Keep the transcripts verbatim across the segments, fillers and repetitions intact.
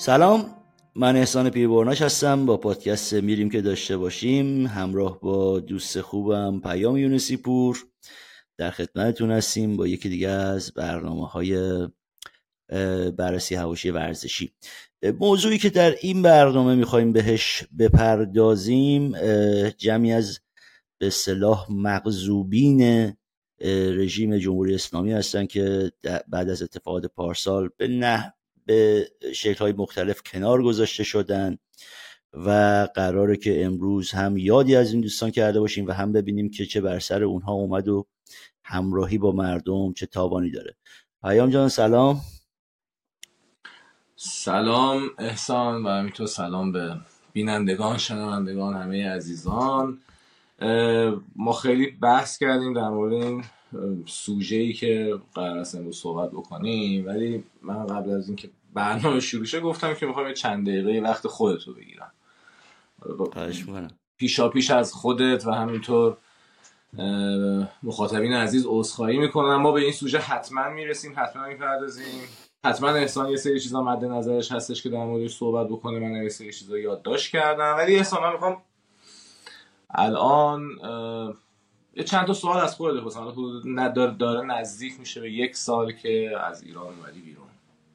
سلام، من احسان پیربرناش هستم. با پادکست میریم که داشته باشیم همراه با دوست خوبم پیام یونسی پور در خدمتتون هستیم با یکی دیگه از برنامه‌های بررسی حواشی ورزشی. موضوعی که در این برنامه میخوایم بهش بپردازیم جمعی از به اصطلاح مغضوبین رژیم جمهوری اسلامی هستن که بعد از اتفاقات پارسال به نه به شکل‌های مختلف کنار گذاشته شدن و قراره که امروز هم یادی از این دوستان کرده باشیم و هم ببینیم که چه بر سر اونها اومد و همراهی با مردم چه تاوانی داره. پیام جان سلام. سلام احسان و همینطور سلام به بینندگان، شنوندگان، همه عزیزان. ما خیلی بحث کردیم در مورد این سوژه‌ای که قرار است امروز صحبت بکنیم، ولی من قبل از اینکه برنامه شروع شه گفتم که میخوام چند دقیقه وقت خودت رو بگیرم. خواهش می‌کنم. پیشا پیش از خودت و همینطور مخاطبین عزیز عذرخواهی میکنم. ما به این سوژه حتما میرسیم، حتما میپردازیم. حتما احسان یه سری چیزا مد نظرش هستش که در موردش صحبت بکنه، من یه سری چیزا یادداشت کردم، ولی احسان من میخوام الان یه چند تا سوال از خودت بپرسم. حدود نداره داره نزدیک میشه به یک سال که از ایران اومدی بیرون.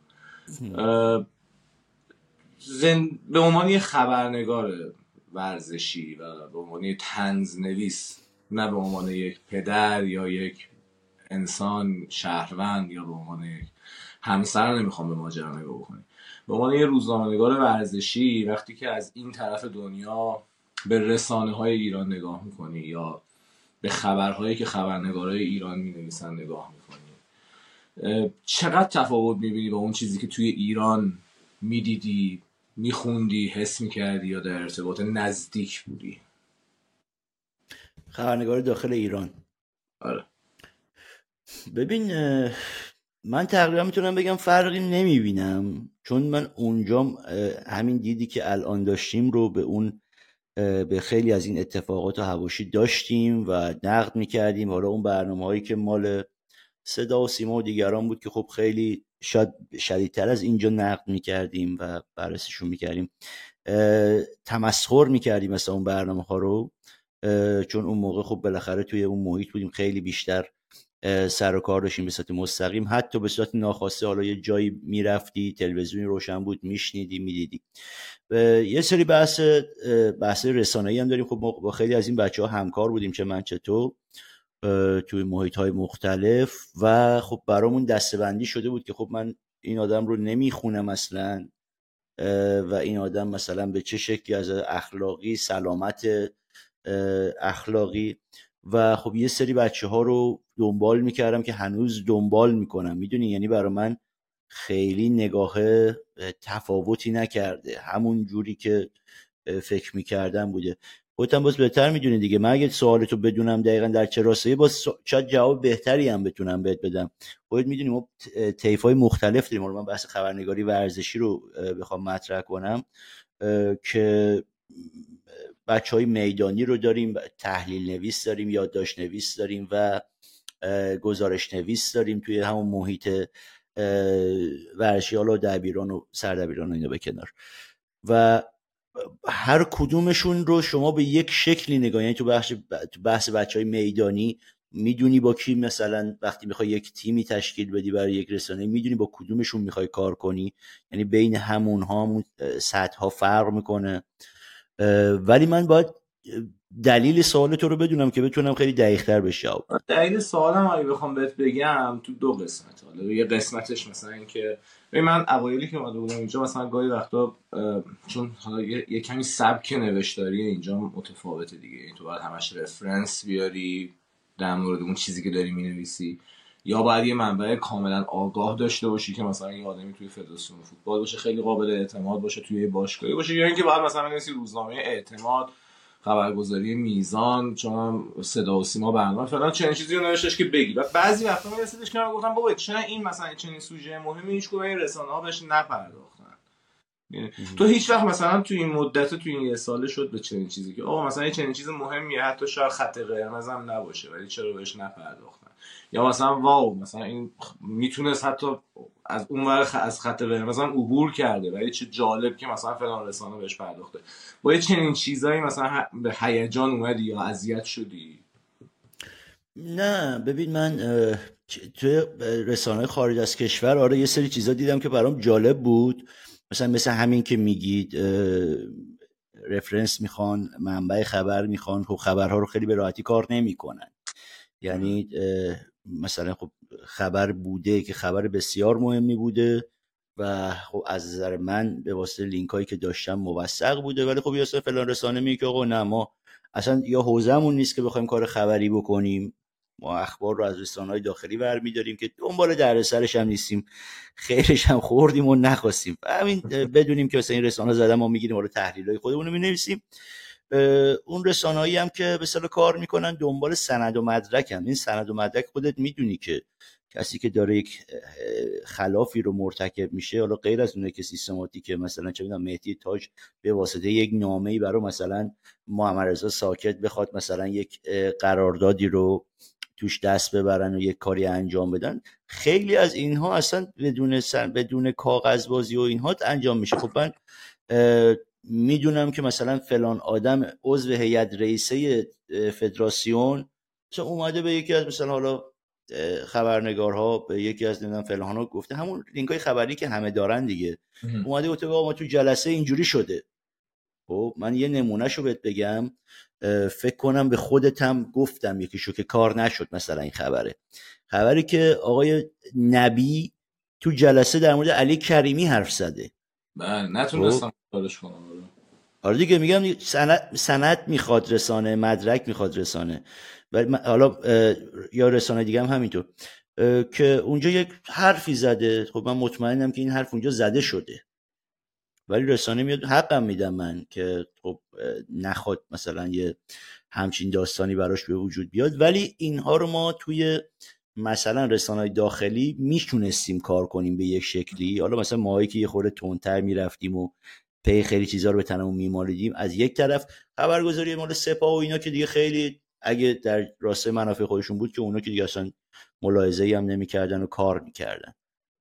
زن... به عنوان یه خبرنگار ورزشی و به عنوان یه طنزنویس، نه به عنوان یک پدر یا یک انسان شهروند یا به عنوان یک همسر، نمیخوام به ماجرا نگاه بکنی، به عنوان یه روزنامه‌نگار ورزشی، وقتی که از این طرف دنیا به رسانه‌های ایران نگاه میکنی یا به خبرهایی که خبرنگارای ایران می‌نویسن نگاه میکنی، چقدر تفاوت میبینی با اون چیزی که توی ایران میدیدی، میخوندی، حس میکردی یا در ارتباط نزدیک بودی؟ خبرنگار داخل ایران. آره. ببین من تقریبا میتونم بگم فرقی نمیبینم، چون من اونجا همین دیدی که الان داشتیم رو به اون به خیلی از این اتفاقات و حواشی داشتیم و نقد میکردیم. حالا اون برنامه هایی که مال صدا و سیما و دیگران بود که خب خیلی شاید شدیدتر از اینجا نقد میکردیم و بررسیشون میکردیم، تمسخر میکردیم مثلا اون برنامه ها رو، چون اون موقع خب بالاخره توی اون محیط بودیم، خیلی بیشتر سر و کار داشتیم به صورت مستقیم، حتی به صورت ناخواسته. حالا یه جایی میرفتی تلویزیونی روشن بود میشنیدی میدیدی. یه سری بحث بحث رسانه‌ای هم داریم. خب ما با خیلی از این بچه‌ها همکار بودیم، چه من چه تو، توی محیط‌های مختلف، و خب برامون دسته‌بندی شده بود که خب من این آدم رو نمیخونم اصلا و این آدم مثلا به چه شکلی از اخلاقی، سلامت اخلاقی، و خب یه سری بچه ها رو دنبال میکردم که هنوز دنبال میکنم، میدونی، یعنی برای من خیلی نگاه تفاوتی نکرده، همون جوری که فکر میکردم بوده. خودت هم باز بهتر میدونی دیگه. من اگه سوالتو بدونم دقیقا در چه راستایی، باز شاید جواب بهتری هم بتونم بهت بدم. خودت میدونی ما طیف‌های مختلف داریم. من بحث خبرنگاری ورزشی رو بخوام مطرح کنم که بچهای میدانی رو داریم، تحلیل نویس داریم، یادداشت نویس داریم و گزارش نویس داریم توی همون محیط ورزشی، حالا دبیران و سردبیران و اینا به کنار، و هر کدومشون رو شما به یک شکلی نگاه، یعنی تو بحث تو بحث بچهای میدانی میدونی با کی مثلا وقتی میخوای یک تیمی تشکیل بدی برای یک رسانه، میدونی با کدومشون میخوای کار کنی، یعنی بین همون ها همون سطح ها فرق میکنه. ولی من باید دلیل سوال تو رو بدونم که بتونم خیلی دقیق‌تر بهش جواب بدم. دلیل سوالم اگه بخوام بهت بگم تو دو قسمت. حالا یه قسمتش مثلا این که ببین من اوایلی که اومده بودم اینجا مثلا گاهی وقتا چون حالا یه, یه کمی سبک نوشتاری اینجا متفاوته دیگه، این تو باید همش رفرنس بیاری در مورد اون چیزی که داری مینویسی، یا باید یه منبع کاملا آگاه داشته باشی که مثلا یه آدمی توی فدراسیون فوتبال باشه خیلی قابل اعتماد باشه، توی باشگاهی باشه، یا اینکه باید مثلا بنویسی روزنامه اعتماد، خبرگزاری میزان، چون صدا و سیما برنامه فلان چنین چیزی رو نوشتش که بگی. بعد بعضی وقتا میرسیدش که من گفتم بابا چرا این مثلا چنین سوژه مهمی هیچ کدوم این رسانه‌ها بهش نپرداختن. تو هیچ وقت مثلا تو این مدت تو این یه ساله شد به چنین چیزی که آقا مثلا یه چنین چیز مهمیه، حتی شاید خط قرمز هم نباشه ولی چرا بهش نپرداختن؟ یا مثلا واو مثلا این میتونست حتی از اون ور خ... از خط قرمز هم عبور کرده ولی چه جالب که مثلا فلان رسانه بهش پرداخته. با یه چنین چیزایی مثلا ه... به هیجان اومدی یا اذیت شدی؟ نه ببین من توی رسانه خارج از کشور آره یه سری چیزا دیدم که برام جالب بود، مثلا مثل همین که میگید رفرنس میخوان، منبع خبر میخوان، خب خبرها رو خیلی به راحتی کار نمیکنن. یعنی مثلا خب خبر بوده که خبر بسیار مهمی بوده و خب از نظر من به واسطه لینک هایی که داشتم موثق بوده، ولی خب یاسر فلان رسانه میگه که آقا نه ما اصلا یا حوزه‌مون نیست که بخوایم کار خبری بکنیم، ما اخبار رو از رسانه‌های داخلی برمی‌داریم که دنبال دردسرش هم نیستیم، خیرش هم خوردیم و نخواستیم، همین بدونیم که مثلا این رسانه زدن ما میگیریم ولی تحلیلای خودمون رو می‌نویسیم. اون رسانه‌ای هم که به اصطلاح کار میکنن دنبال سند و مدرک هم، این سند و مدرک خودت میدونی که کسی که داره یک خلافی رو مرتکب میشه، حالا غیر از اونه که سیستماتیکه، مثلا چه میدونم مهدی تاج به واسطه یک نامه‌ای برای مثلا محمد رضا ساکت بخواد مثلا یک قراردادی رو توش دست ببرن و یک کاری انجام بدن، خیلی از اینها اصلا بدون سن بدون کاغذبازی و اینها انجام میشه. خب من میدونم که مثلا فلان آدم عضو هیئت رئیسه فدراسیون مثلا اومده به یکی از مثلا حالا خبرنگارها، به یکی از نمیدونم فلان‌ها گفته، همون لینکای خبری که همه دارن دیگه، اومده گفته آقا ما تو جلسه اینجوری شده. خب من یه نمونهشو بهت بگم، فکر کنم به خودت هم گفتم یکیشو که کار نشد، مثلا این خبره خبری که آقای نبی تو جلسه در مورد علی کریمی حرف زده. من نتونستم کارش کنم. آره دیگه میگم سند سند میخواد رسانه، مدرک میخواد رسانه، ولی حالا یا رسانه دیگه هم همینطور که اونجا یک حرفی زده، خب من مطمئنم که این حرف اونجا زده شده، ولی رسانه میاد حقم میدم من که خب نخواد مثلا یه همچین داستانی براش به وجود بیاد، ولی اینها رو ما توی مثلا رسانه‌های داخلی میتونستیم کار کنیم به یک شکلی. حالا مثلا ماهایی که یه خورده تندتر میرفتیم و پی خیلی چیزا رو به تنمون میمالیدیم، از یک طرف خبرگزاری مال سپاه و اینا که دیگه خیلی اگه در راسته منافع خودشون بود که اونا که دیگه اصلا ملاحظه‌ای هم نمی‌کردن و کار می‌کردن.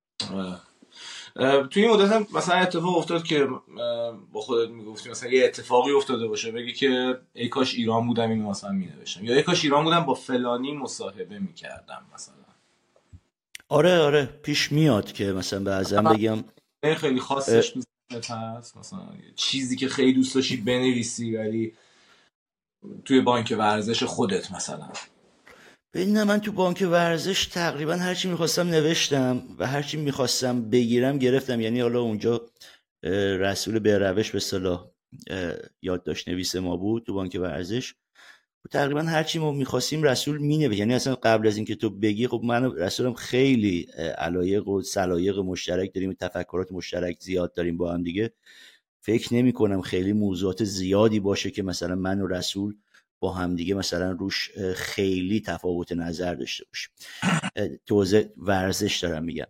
توی این مدت هم مثلا اتفاق افتاد که با خودت میگفتی مثلا یه اتفاقی افتاده باشه بگی که ای کاش ایران بودم اینو مثلا مینوشتم، یا ای کاش ایران بودم با فلانی مصاحبه میکردم مثلا؟ آره آره پیش میاد که مثلا بعضا بگم خیلی خاصش دوست هست، مثلا چیزی که خیلی دوست داشتی بنویسی ولی توی بانک ورزش خودت مثلا؟ ببین من تو بانک ورزش تقریبا هرچی میخواستم نوشتم و هرچی میخواستم بگیرم گرفتم، یعنی حالا اونجا رسول به روش به اصطلاح یادداشت نویس ما بود تو بانک ورزش، تقریبا هرچی ما میخواستیم رسول مینوشت، یعنی اصلا قبل از اینکه تو بگی خب من و رسولم خیلی علایق و سلایق مشترک داریم و تفکرات مشترک زیاد داریم با هم دیگه، فکر نمی کنم خیلی موضوعات زیادی باشه که مثلا من و رسول با هم دیگه مثلا روش خیلی تفاوت نظر داشته باشیم. توزیع ورزش دارم میگم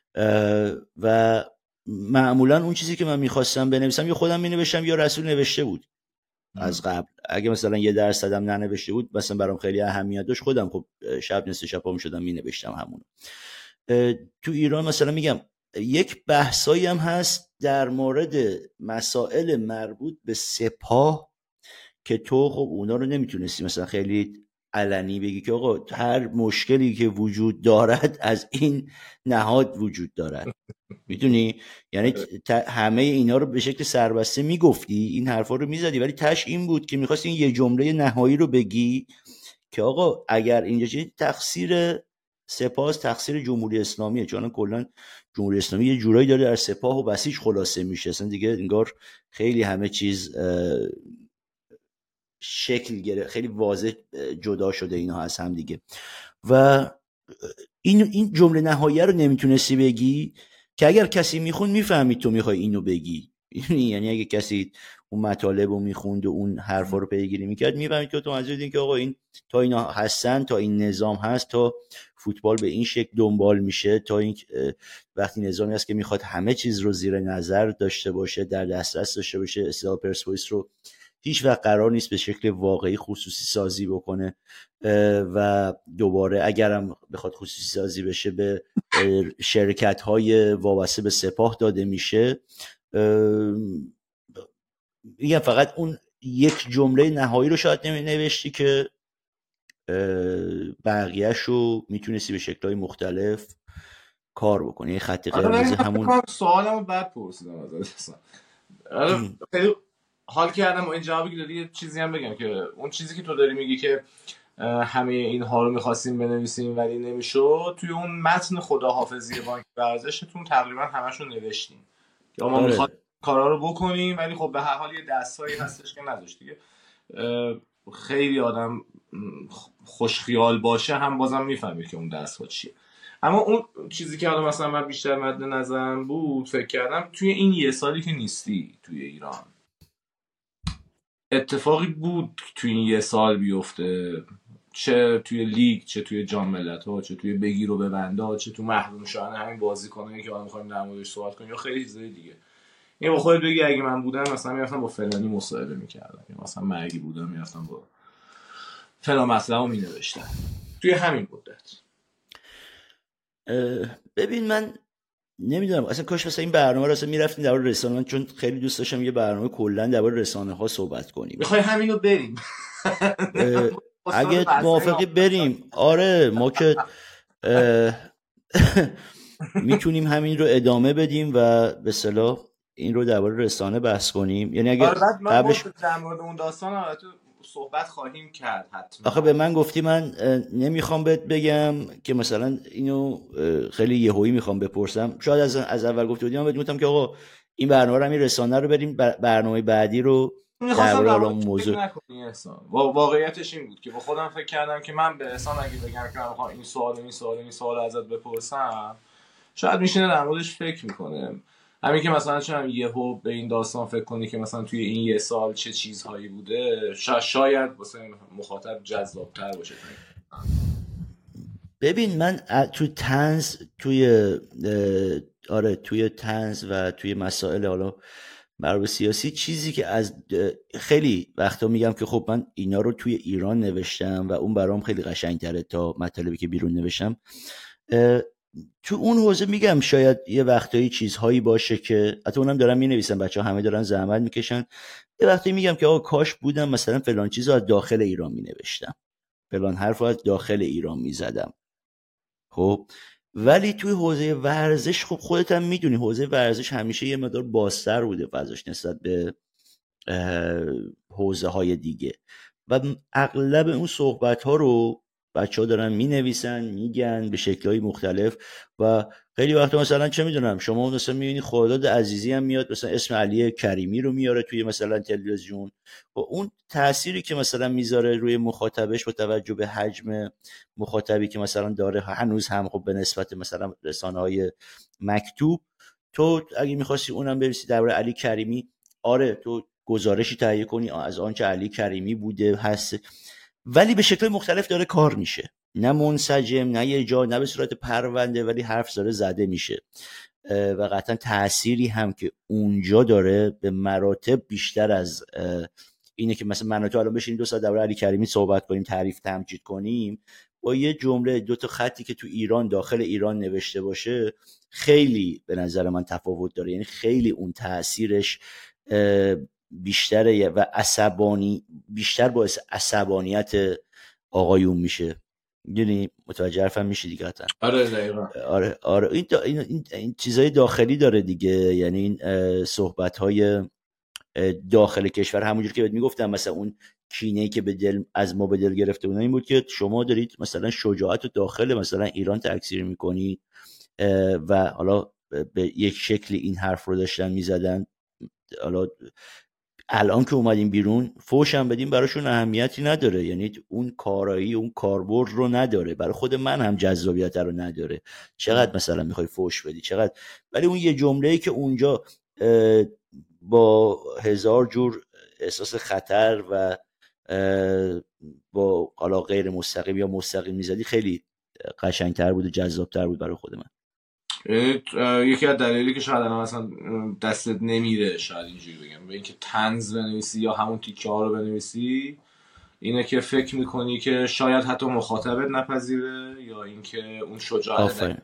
و معمولا اون چیزی که من میخواستم بنویسم یا خودم مینوشتم یا رسول نوشته بود از قبل. اگه مثلا یه درصدم ننوشته بود مثلا برام خیلی اهمیت داشت، خودم خب شب نصف شب پا میشدم مینوشتم همون. تو ایران مثلا میگم یک بحثایی هم هست در مورد مسائل مربوط به سپاه که تو خب اونا رو نمیتونستی مثلا خیلی علنی بگی که آقا هر مشکلی که وجود دارد از این نهاد وجود دارد، میدونی؟ یعنی همه اینا رو به شکل سربسته میگفتی، این حرفا رو میزدی، ولی تش این بود که میخواستی این یه جمله نهایی رو بگی که آقا اگر اینجا چیزی تقصیر سپاه تقصیر جمهوری اسلامیه، چون کلا جمهوری اسلامی یه جورایی داره در سپاه و بسیج خلاصه میشه، اصلا دیگه انگار خیلی همه چیز شکل گرفت، خیلی واضح جدا شده اینها از هم دیگه و این این جمله نهایی رو نمیتونستی بگی که اگر کسی میخون میفهمید تو میخوای اینو بگی، یعنی اگه کسی اون مطالب رو میخوند و اون حرفا رو پیگیری میکرد میفهمید که تو منظور این که آقا این تا اینا هستن، تا این نظام هست، تا فوتبال به این شکل دنبال میشه، تا این وقتی نظامی هست که میخواد همه چیز رو زیر نظر داشته باشه، در دسترس داشته باشه، اصطلاح پرسپولیس رو هیچ وقت قرار نیست به شکل واقعی خصوصی سازی بکنه و دوباره اگرم بخواد خصوصی سازی بشه به شرکت های وابسته به سپاه داده میشه. میگم فقط اون یک جمله نهایی رو شاید نوشتی که بقیهش رو میتونستی به شکل‌های مختلف کار بکنی. یه خط قرمز همون سوالمو بعد پرسیدم ازت. آره خیلی حال کردم و این جوابی که دادی. یه چیزی هم بگم که اون چیزی که تو داری میگی که همه اینها رو می‌خواستیم بنویسیم ولی نمیشد، توی اون متن خداحافظی بانک ورزشتون تقریبا همشون نوشتیم که ما می‌خوایم کارا رو بکنیم ولی خب به هر حال یه دستایی هستش که نذاشت دیگه. خیلی آدم خوشخیال باشه هم بازم میفهمی که اون دست‌ها چیه. اما اون چیزی که حالا مثلا من بیشتر مد نظرم بود، فکر کردم توی این یه سالی که نیستی توی ایران اتفاقی بود توی این یه سال بیفته، چه توی لیگ، چه توی جام ملت‌ها، چه توی بگیر و ببنده، چه تو محروم شدن همین بازیکنایی که ما می‌خوایم در موردش صحبت کنیم یا خیلی چیزای دیگه. این با خودت بگی اگه من بودم مثلا میرفتم با فلانی مصاحبه می‌کردم یا مثلا مرگی بودم میرفتم با فلان مطلبو می‌نوشتم توی همین مدت. ببین من نمیدونم اصلا کاش مثلا این برنامه رو اصلا میرفتیم درباره رسانه، من چون خیلی دوست داشتم یه برنامه کلا درباره رسانه ها صحبت کنیم. میخوای همینو بریم؟ اگه موافقی بریم. آره ما که میتونیم همین رو ادامه بدیم و به اصطلاح این رو درباره رسانه بحث کنیم. یعنی اگه آره قبلش در مورد اون داستان البته صحبت خواهیم کرد حتما. آخه به من گفتی من نمیخوام بهت بگم که مثلا اینو خیلی یهویی میخوام بپرسم، شاید از از اول گفته بودم بهت گفتم که آقا این برنامه رو همین رسانه رو بریم برنامه بعدی رو در مورد اون موضوع نکنی. احسان واقعیتش این بود که با خودم فکر کردم که من به احسان اگه بگم که من میخوام این سوال این سوال این سوال ازت بپرسم شاید میشینه در موردش فکر میکنه. همین که مثلا چون یهو به این داستان فکر کنی که مثلا توی این یه سال چه چیزهایی بوده شاید واسه مخاطب جذاب‌تر باشه. ببین من توی طنز توی آره توی طنز و توی مسائل حالا مربوط سیاسی چیزی که از خیلی وقتا میگم که خب من اینا رو توی ایران نوشتم و اون برام خیلی قشنگ‌تره تا مطالبی که بیرون نوشتم. تو اون حوزه میگم شاید یه وقتایی چیزهایی باشه که حتی اونم دارن مینویسن، بچه‌ها همه دارن زحمت میکشن، یه وقتی میگم که آقا کاش بودم مثلا فلان چیزو از داخل ایران مینوشتم، فلان حرفو از داخل ایران میزدم. خب ولی توی حوزه ورزش خب خودت هم میدونی حوزه ورزش همیشه یه مقدار بازتر بوده فضاش نسبت به حوزه های دیگه و اغلب اون صحبت ها رو بچه ها دارن می نویسن میگن به شکلهای مختلف و خیلی وقتا مثلا چه میدونم شما مثلا میبینی خرداد عزیزی هم میاد مثلا اسم علی کریمی رو میاره توی مثلا تلویزیون و اون تأثیری که مثلا میذاره روی مخاطبش با توجه به حجم مخاطبی که مثلا داره هنوز هم خب به نسبت مثلا رسانه های مکتوب، تو اگه میخواستی اونم بنویسی درباره علی کریمی، آره تو گزارشی تهیه کنی از آنچه علی کریمی بوده هست ولی به شکل مختلف داره کار میشه، نه منسجم نه یه جا نه به صورت پرونده ولی حرف داره زده میشه و قطعا تأثیری هم که اونجا داره به مراتب بیشتر از اینه که مثلا من و تو الان بشینیم دو ساعت درباره علی کریمی صحبت کنیم تعریف تمجید کنیم با یه جمله دو تا خطی که تو ایران داخل ایران نوشته باشه خیلی به نظر من تفاوت داره. یعنی خیلی اون تأثیرش بیشتره و عصبانی بیشتر باعث عصبانیت آقایون میشه. یعنی متوجه حرفم میشه دیگه حتما. آره دقیقاً. آره آره این دا این, این, این چیزای داخلی داره دیگه. یعنی این صحبت‌های داخل کشور همونجور که بهت میگفتم مثلا اون کینه‌ای که به دل از ما به دل گرفته بودن این بود که شما دارید مثلا شجاعت و داخل مثلا ایران تکثیر میکنید و حالا به یک شکلی این حرف رو داشتن میزدن. حالا الان که اومدیم بیرون فوش هم بدیم براشون اهمیتی نداره، یعنی اون کارایی اون کاربرد رو نداره، برای خود من هم جذابیت رو نداره. چقدر مثلا میخوای فوش بدی چقدر، ولی اون یه جمله‌ای که اونجا با هزار جور احساس خطر و با حالا غیر مستقیم یا مستقیم میزدی خیلی قشنگتر بود و جذابتر بود برای خود من. یکی از دلایلی که شاید الان مثلا دستت نمیره، شاید اینجوری بگم، به اینکه طنز بنویسی یا همون تیکه ها رو بنویسی، اینه که فکر میکنی که شاید حتی مخاطبت نپذیره، یا اینکه اون شجاعت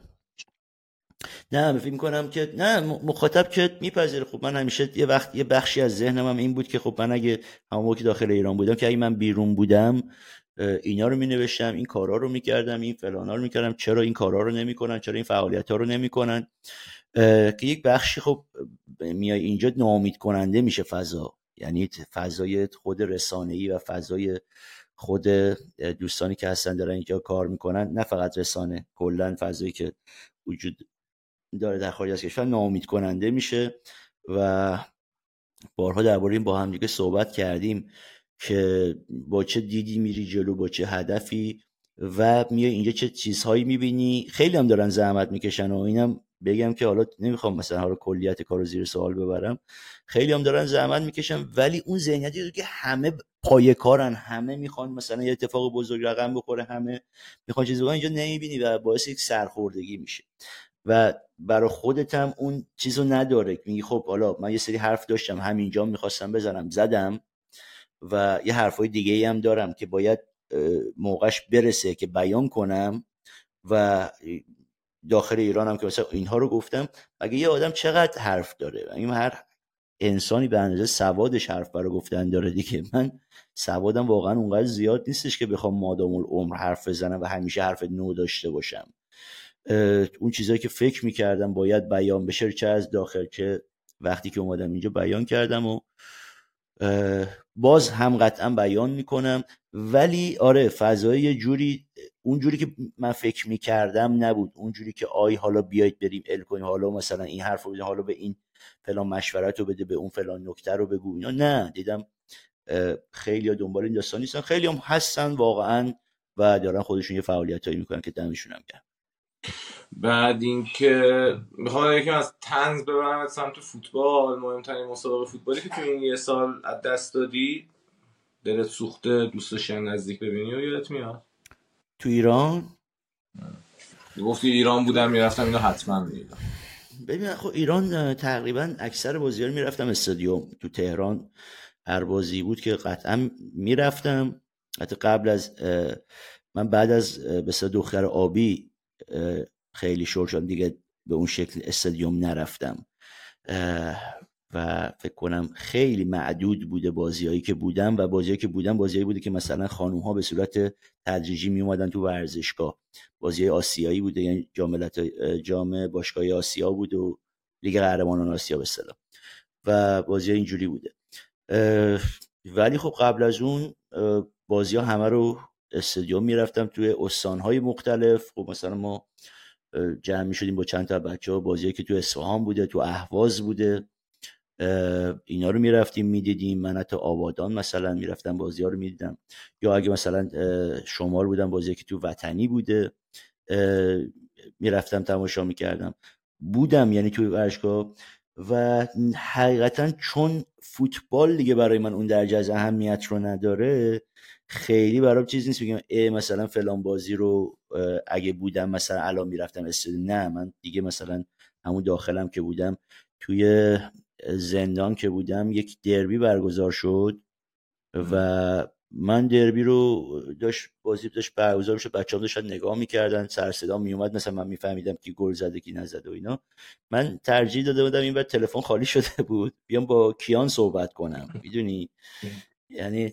نه فکر میکنم که نه مخاطب که میپذیره. خب من همیشه یه وقت یه بخشی از ذهنم هم این بود که خب من اگه همون موقع داخل ایران بودم که اگه من بیرون بودم اینا رو مینوشتم، این کارا رو میکردم، این فلانا رو میکردم، چرا این کارا رو نمیکنن، چرا این فعالیت ها رو نمیکنن، که یک بخشی خب میای اینجا ناامید کننده میشه فضا، یعنی فضای خود رسانه‌ای و فضای خود دوستانی که هستن دارن اینجا کار میکنن، نه فقط رسانه، کلا فضایی که وجود داره در خارج از کشور ناامید کننده میشه. و بارها درباره این با هم دیگه صحبت کردیم که با چه دیدی میری جلو، با چه هدفی، و میای اینجا چه چیزهایی میبینی. خیلی هم دارن زحمت میکشن و اینم بگم که حالا نمیخوام مثلا حالا کلیت کارو زیر سوال ببرم، خیلی هم دارن زحمت میکشن، ولی اون ذهنیتی رو که همه پای کارن، همه میخوان مثلا یه اتفاق بزرگ رقم بخوره، همه میخوان چیزی بکنن، اینجا نمیبینی و باعث یک سرخوردگی میشه و برای خودت هم اون چیزو نداره. میگی خب حالا من یه سری حرف داشتم همینجا میخواستم بزنم زدم و یه حرفای دیگه هم دارم که باید موقعش برسه که بیان کنم و داخل ایران هم که مثلا اینها رو گفتم. مگه یه آدم چقدر حرف داره؟ این هر انسانی به اندازه سوادش حرف برای گفتن داره دیگه. من سوادم واقعا اونقدر زیاد نیستش که بخوام مادام العمر حرف بزنم و همیشه حرف نو داشته باشم. اون چیزایی که فکر میکردم باید بیان بشه چه از داخل که وقتی که اومدم اینجا بیان کردم و باز هم قطعا بیان میکنم، ولی آره فضای یه جوری اون جوری که من فکر میکردم نبود، اون جوری که آی حالا بیایید بریم ال کنیم، حالا مثلا این حرف رو بزن، حالا به این فلان مشورت رو بده، به اون فلان نکته رو بگو، اینا نه. دیدم خیلی ها دنبال این داستان نیستن، خیلی هم هستن واقعا و دارن خودشون یه فعالیتایی میکنن که دمشون هم گرم. بعد اینکه میخوام یکم از طنز ببرم سمت فوتبال، مهمترین مسابقه فوتبالی که تو این یه سال از دست دادی، دلت سوخته، دوست داشتی نزدیک ببینی و یادت میاد؟ تو ایران؟ گفتی ایران بودم میرفتم اینو حتما میدیدم. ببین خب ایران تقریبا اکثر بازی‌ها رو میرفتم استادیوم. تو تهران هر بازی بود که قطعا میرفتم. حتی قبل از من بعد از به اصطلاح دختر آبی خیلی شور شدم دیگه به اون شکل استادیوم نرفتم و فکر کنم خیلی معدود بوده بازیایی که بودم و بازیایی که بودم بازیایی بوده که مثلا خانوم‌ها به صورت تدریجی می اومدن تو ورزشگاه. بازی آسیایی بوده، یعنی جام جام باشگاه آسیا بود و لیگ قهرمانان آسیا به اصطلاح، و بازی اینجوری بوده. ولی خب قبل از اون بازی‌ها همه رو استادیوم میرفتم توی استان‌های مختلف. خب مثلا ما جمع می‌شدیم با چند تا بچه‌ها، بازیایی که تو اصفهان بوده، تو اهواز بوده، اینا رو میرفتیم میدیدیم. من حتی آبادان مثلا میرفتم بازی‌ها رو میدیدم، یا اگه مثلا شمال بودم بازی که تو وطنی بوده میرفتم تماشا میکردم بودم، یعنی توی ورزشگاه. و حقیقتا چون فوتبال دیگه برای من اون درجه از اهمیت رو نداره، خیلی برام چیز نیست بگم ای مثلا فلان بازی رو اگه بودم مثلا الان میرفتم استادیوم. نه، من دیگه مثلا همون داخلم که بودم، توی زندان که بودم یک دربی برگزار شد و من دربی رو داشت بازی داشت برگزار شد، بچه‌ها داشتن نگاه می‌کردن، سر صدا میومد، مثلا من میفهمیدم کی گل زده کی نزده و اینا. من ترجیح داده بودم این بعد تلفن خالی شده بود بیام با کیان صحبت کنم، میدونی، یعنی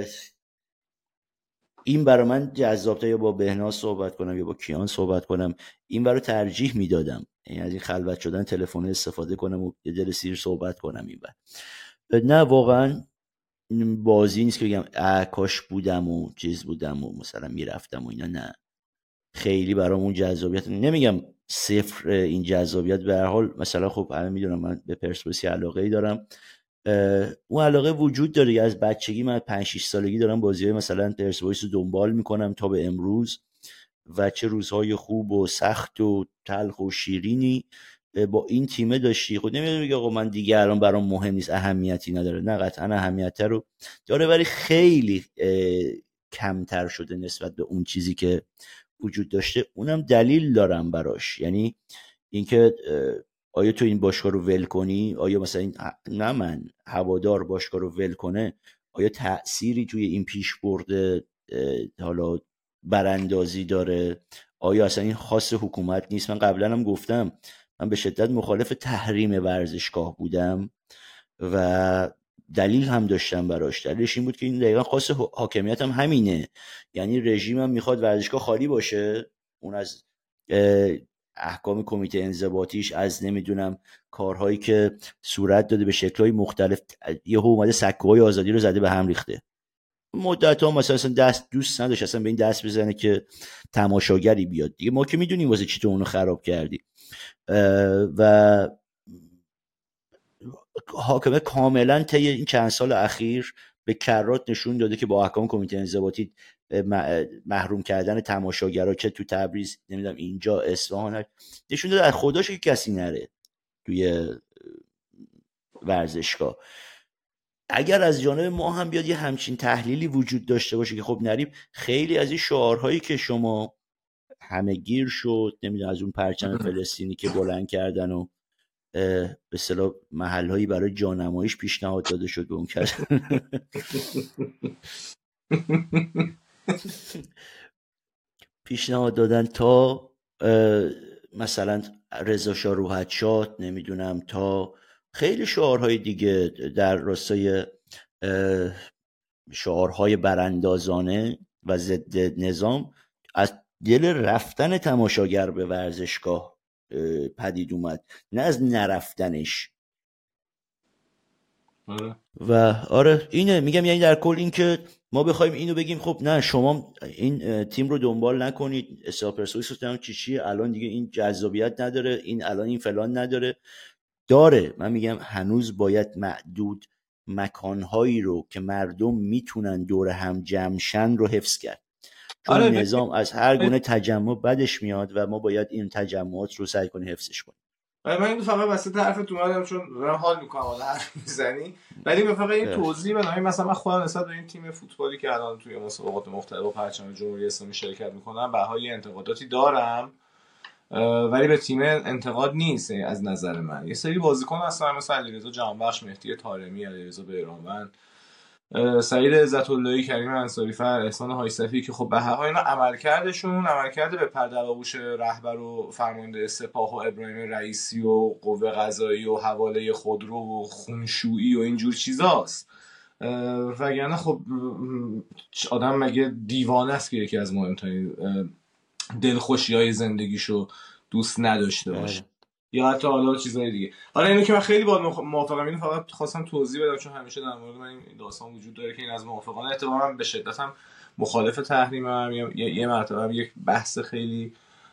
این برای من جذاب‌تره، یا با بهناز صحبت کنم یا با کیان صحبت کنم، این برای ترجیح میدادم، یعنی از این خلوت شدن تلفن استفاده کنم و یه دل سیر صحبت کنم. این بعد نه واقعا بازی نیست که بگم کاش بودم و چیز بودم و مثلا میرفتم و اینا، نه. خیلی برام اون جذابیت، نمیگم صفر این جذابیت، به هر حال مثلا خب همه میدونم من به پرسپولیس علاقه‌ای دارم، اون علاقه وجود داره. از بچگی من پنج شش سالگی دارم بازی‌های مثلا پرسپولیس رو دنبال میکنم تا به امروز، و چه روزهای خوب و سخت و تلخ و شیرینی با این تیمه داشتی، خود نمیدونم میگه آقا من دیگه الان برام مهم نیست، اهمیتی نداره. نه قطعا اهمیت رو داره، ولی خیلی کمتر شده نسبت به اون چیزی که وجود داشته. اونم دلیل دارم براش، یعنی اینکه آیا تو این باشگاه رو ول کنی، آیا مثلا این نه من هوادار باشگاه رو ول کنه، آیا تأثیری توی این پیش برده حالا براندازی داره؟ آیا اصلا این خاص حکومت نیست؟ من قبلا هم گفتم من به شدت مخالف تحریم ورزشگاه بودم و دلیل هم داشتم براش. دلیلش این بود که این دقیقا خاص حاکمیت هم همینه، یعنی رژیم هم میخواد ورزشگاه خالی باشه، اون از احکام کمیته انضباطیش، از نمیدونم کارهایی که صورت داده به شکل‌های مختلف، یه اومده سکوهای آزادی رو زده به هم ریخته. مدت ها مثلا دست دوست نداشت اصلا به این دست بزنه که تماشاگری بیاد دیگه. ما که میدونیم واسه چی تو اونو خراب کردی. و حاکمه کاملا طی این چند سال اخیر به کرات نشون داده که با احکام کمیته انضباطی محروم کردن تماشاگرها، چه تو تبریز نمیدونم اینجا اصفهان، نشون داده از خودش که کسی نره توی ورزشگاه. اگر از جانب ما هم بیاد یه همچین تحلیلی وجود داشته باشه که خب نریم، خیلی از این شعارهایی که شما همه گیر شد نمیدونم از اون پرچم فلسطینی که بلند کردن و به اصطلاح محلهایی برای جانماییش پیشنهاد داده شد به اون کس پیشنهاد دادن تا مثلا رضا شاه روحت شاد نمیدونم تا خیلی شعارهای دیگه در راستای شعارهای براندازانه و ضد نظام از دل رفتن تماشاگر به ورزشگاه پدید اومد، نه از نرفتنش. آره. و آره اینه میگم، یعنی در کل این که ما بخوایم اینو بگیم خب نه شما این تیم رو دنبال نکنید، اسحاق پرسپولیس رو چی چی الان دیگه این جذابیت نداره، این الان این فلان نداره، داره. من میگم هنوز باید معدود مکانهایی رو که مردم میتونن دور هم جمعشن رو حفظ کرد، چون آره نظام از هر گونه تجمع بدش میاد و ما باید این تجمعات رو سعی کنیم حفظش کنیم. من این فقط وسط حرفت اومدم چون دارم حال میکنم حالا حرف میزنی، ولی من فقط این توضیح بدم. مثلا من خودم نسبت به این تیم فوتبالی که الان توی مسابقات مختلف و پرچم جمهوری اسلامی شرکت میکنم بهای انتقاداتی دارم، ولی به تیم انتقاد نیست. از نظر من یه سری بازیکن هستن مثل علیرضا جهانبخش، مهدی طارمی، علیرضا بهرامند، سعید عزت‌اللهی، کریم انصاری‌فر، احسان هایصفی که خب به هر حال اینا عملکردشون عملکرد به پردرآغوش رهبر و فرمانده سپاه و ابراهیم رئیسی و قوه قضایی و حواله خودرو و خونشویی و اینجور چیزاست. وگرنه خب آدم مگه دیوانه است که یکی از مهمترین دلخوشی‌های زندگیشو دوست نداشته باشه یا حتی حالا چیزای دیگه. حالا اینو که من خیلی باهات موافقم، اینو فقط خواستم توضیح بدم چون همیشه در مورد من این داستان وجود داره که این از موافقان اتفاقا به شدت هم مخالف تحریمم. یه, یه مرتبه یک بحث خیلی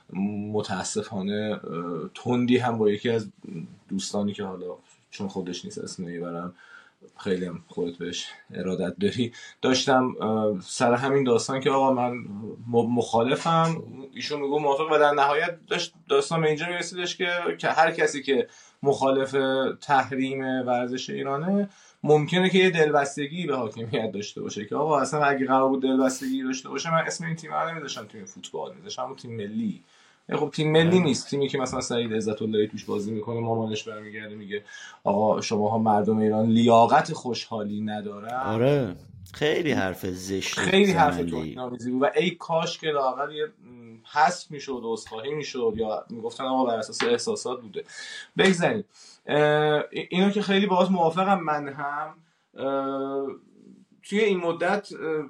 متاسفانه تندی هم با یکی از دوستانی که حالا چون خودش نیست اسم نمیبرم، خیلی هم خودت بهش ارادت داری، داشتم سر همین داستان که آقا من مخالفم، ایشون میگو موافق، و در نهایت داشت داستان به اینجا میرسیدش که که هر کسی که مخالف تحریم ورزش ایرانه ممکنه که یه دلبستگی به حاکمیت داشته باشه که آقا اصلا اگه قرار بود دلبستگی داشته باشه من اسم این تیم رو نمیذاشتم تیم فوتبال، میذاشتم تیم ملی. خب تیم ملی نیست، تیمی که مثلا سعید عزت‌اللهی توش بازی میکنه مامانش برمیگرده میگه آقا شماها مردم ایران لیاقت خوشحالی ندارن. آره خیلی حرف زشت، خیلی حرف توهین‌آمیزی بود و ای کاش که لااقل یه حذف میشد و عذرخواهی میشد یا میگفتن آقا بر اساس احساسات بوده. بگذاریم اینو که خیلی باهاش موافقم. من هم توی این مدت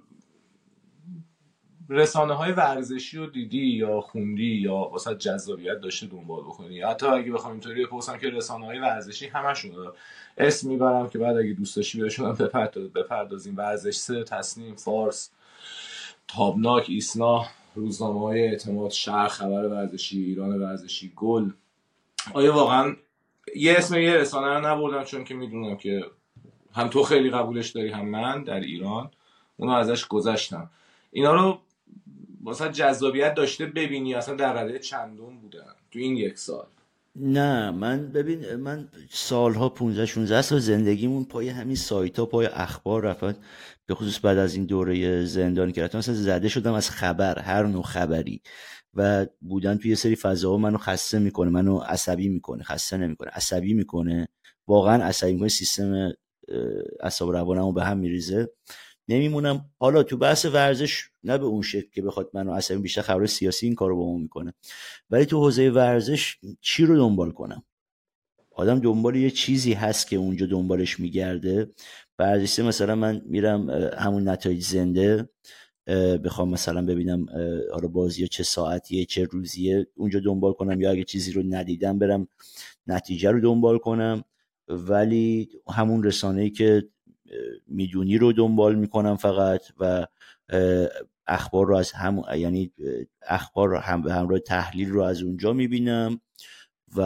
رسانه‌های ورزشی رو دیدی یا خوندی یا واسه جذابیت داشته دنبال بکنی؟ حتی اگه بخوام اینطوری بپرسم که رسانه‌های ورزشی همشون اسم میبرم که بعد اگه دوست داشتی بهشون بپرداز بپردازیم، ورزش سه، تصنیم، فارس، تابناک، ایسنا، روزنامه‌های اعتماد، شرق، خبر ورزشی، ایران ورزشی، گل. آیا واقعا یه اسم یه رسانه رو نبردم چون که میدونم که هم تو خیلی قبولش داری هم من در ایران اونو ازش گذشتم. اینا رو واسه جذابیت داشته ببینی اصلا در رده چندم بودن تو این یک سال؟ نه من ببین، من سالها پانزده شانزده سال زندگیمون پای همین سایت ها، پای اخبار رفت، به خصوص بعد از این دوره زندانی که رفتم مثلا زده شدم از خبر، هر نوع خبری، و بودن توی یه سری فضاها منو خسته میکنه، منو عصبی میکنه، خسته نمیکنه، عصبی میکنه، واقعا عصبی میکنه، سیستم اه، اعصاب روانمو به هم میریزه. نمیمونم حالا تو بحث ورزش نه به اون شکل که بخواد منو عصبی، بیشتر خبر سیاسی این کارو با ما میکنه، ولی تو حوزه ورزش چی رو دنبال کنم؟ آدم دنبال یه چیزی هست که اونجا دنبالش میگرده. ورزشی مثلا من میرم همون نتایج زنده بخوام مثلا ببینم آره بازی چه ساعتیه چه روزیه اونجا دنبال کنم، یا اگه چیزی رو ندیدم برم نتیجه رو دنبال کنم. ولی همون رسانه‌ای که میدونی رو دنبال میکنم فقط، و اخبار رو از هم، یعنی اخبار رو هم به همراه تحلیل رو از اونجا میبینم. و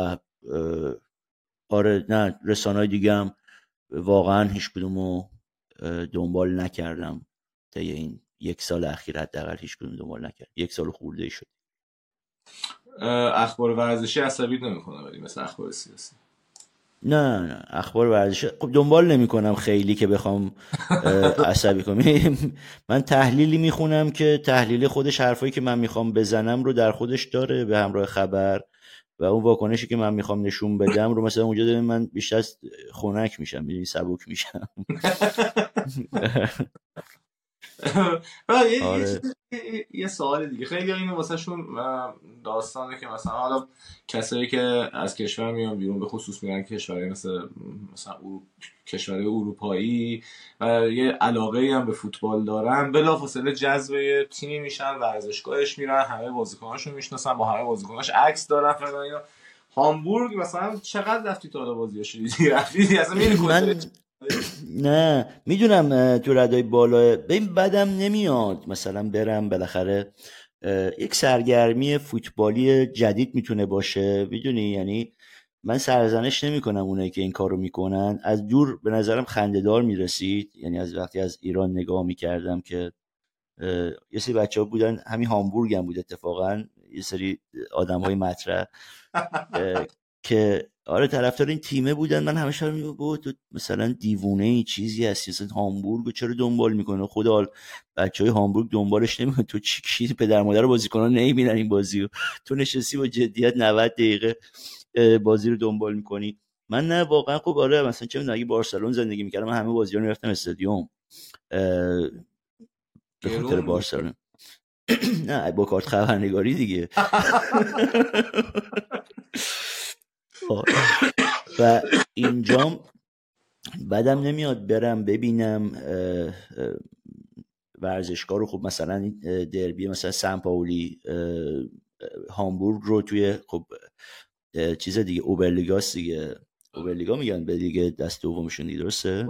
آره نه، رسانه‌های دیگه هم واقعا هیچ کدومو دنبال نکردم طی این یک سال اخیر، حداقل هیچ کدوم دنبال نکردم، یک سال خورده شد. اخبار ورزشی عصبیت نمیکنه ولی مثل اخبار سیاسی؟ نه نه اخبار ورزشی خب دنبال نمیکنم خیلی که بخوام عصبی کنم. من تحلیلی میخونم که تحلیل خودش حرفایی که من میخوام بزنم رو در خودش داره به همراه خبر، و اون واکنشی که من میخوام نشون بدم رو مثلا اونجا داره، من بیشتر خنک میشم، میدونی، سبک میشم. یه یه آره چیز یه سوال دیگه، خیلی اینو واسه شون داستانه که مثلا حالا کسایی که از کشور میان بیرون، به خصوص میرن کشورهای مثل مثلا کشورهای اروپایی و یه علاقه هم به فوتبال دارن، بلافاصله جذب یه تیمی میشن، ورزشگاهش میرن، همه بازیکناشو میشناسن، با همه بازیکناش عکس دارن فلان اینا. هامبورگ مثلا چقدر رفتی تا حالا بازیاشو دیدی؟ رفتی اصلا میری من نه میدونم تو ردای بالا ببین بدم نمیاد مثلا برم بالاخره یک سرگرمی فوتبالی جدید میتونه باشه، میدونی، یعنی من سرزنش نمی کنم اونایی که این کارو میکنن، از دور به نظرم خنده‌دار میرسید، یعنی از وقتی از ایران نگاه میکردم که یه سری بچه ها بودن، همین هامبورگ هم بود اتفاقا، یه سری آدم های مطرح که آره طرفدار این تیمه بودن، من همه شب میگم بابا تو مثلا دیوونه ای چیزی هستی، مثلا هامبورگ چرا دنبال میکنه؟ خدا بچهای هامبورگ دنبالش نمیکنه، تو چی چیزی پدر مادر بازیکنان نمیبینن این بازیو، تو نشستی با جدیت نود دقیقه بازی رو دنبال میکنی. من نه واقعا خب آره مثلا چه میدونم اگه بارسلون زندگی میکردم من همه بازی‌ها رو میرفتم استادیوم به خاطر بارسلون. نه با کارت خبرنگاری دیگه. و اینجام بعدم نمیاد برم ببینم ورزشگاه رو. خب مثلا دربی مثلا سن پائولی هامبورگ رو توی خب چیز دیگه اوبرلیگاست دیگه، اوبرلیگا میگن به دیگه دست دومشون دیگه، درسته؟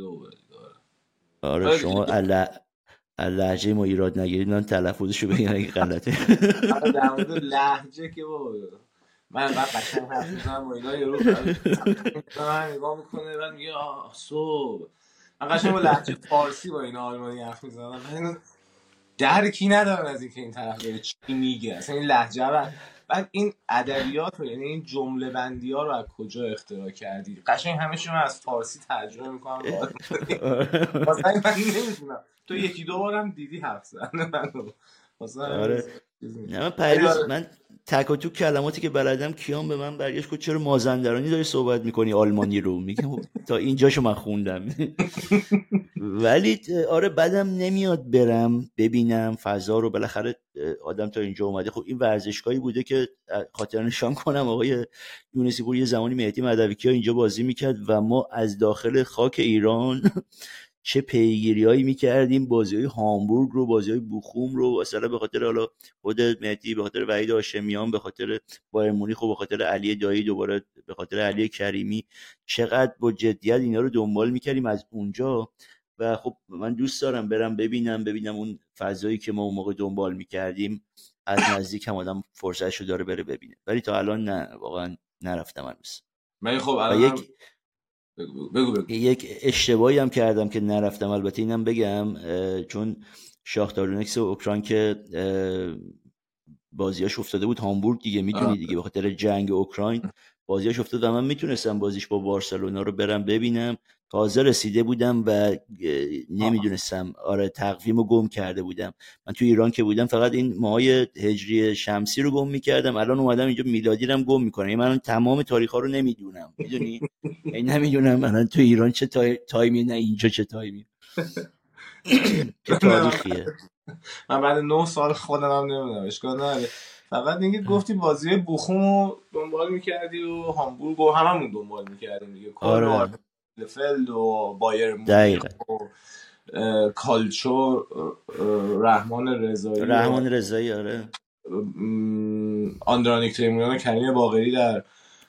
آره شما لهجه ما ایراد نگیرید، من تلفظشو بگم اگه غلطه. آره در مورد لهجه که بابا من بعد قشنگ حرف میزنم و اینا، یارو من نگاه میکنه بعد میگه آه صبح من قشنگ با لهجه فارسی با اینا آلمانی حرف میزنم، درکی ندارن از اینکه این طرف داره چی میگه اصلا این لهجه رو. بعد این ادبیات رو، یعنی این جمله بندی ها رو از کجا اختراع کردی؟ قشنگ همشون رو از فارسی ترجمه میکنم واسه من نمیدونم تو یکی دو بارم دیدی حرف زدن منو واسه آره نه من پریروز من تک و توک کلماتی که بلدم کیان به من برگشت گفت چرا مازندرانی داری صحبت میکنی آلمانی رو؟ میگم تا اینجاشو من خوندم. ولی آره بدم نمیاد برم ببینم فضا رو، بالاخره آدم تا اینجا اومده. خب این ورزشگاهی بوده که خاطر نشان کنم آقای یونسی پور یه زمانی مهدی مدویکیا اینجا بازی میکرد و ما از داخل خاک ایران چه پیگیریایی میکردیم بازی‌های هامبورگ رو، بازی‌های بوخوم رو، مثلا به خاطر حالا خود مهدی، به خاطر وحید هاشمیان، به خاطر بایر مونیخ، به خاطر علی دایی، دوباره به خاطر علی کریمی، چقدر با جدیت اینا رو دنبال میکردیم از اونجا. و خب من دوست دارم برم ببینم ببینم اون فضایی که ما اون موقع دنبال میکردیم از نزدیک هم آدم فرصتشو داره بره ببینه، ولی تا الان نه، واقعا نرفتم هنوز. من خب الان یک بگو بگو بگو. یک اشتباهی هم کردم که نرفتم، البته اینم بگم، چون شاختار دونتسک اوکراین که بازیاش افتاده بود هامبورگ دیگه، میدونی دیگه، به خاطر جنگ اوکراین بازیاش افتاد و من میتونستم بازیش با بارسلونا رو برم ببینم. تازه رسیده بودم و نمیدونستم، آره تقویمو گم کرده بودم. من تو ایران که بودم فقط این ماهای هجری شمسی رو گم میکردم، الان اومدم اینجا میلادی رو هم گم میکنم. من تمام تاریخا رو نمیدونم، میدونی، یعنی نمیدونم الان تو ایران چه تای... تایمی، نه اینجا چه تایمی. چه تاریخیه. من بعد نه سال خودم هم نمیدونم، اشکال نداره. فقط اینکه گفتی بازی بوخوم رو دنبال میکردی و هامبورگ و هممون دنبال میکردیم دیگه، کل آره فلد و بایر مونیخ دقیقا. و کالچو، رحمان رضایی رحمان رضایی آره، آندرانیک تیموریان، کریمی باقری در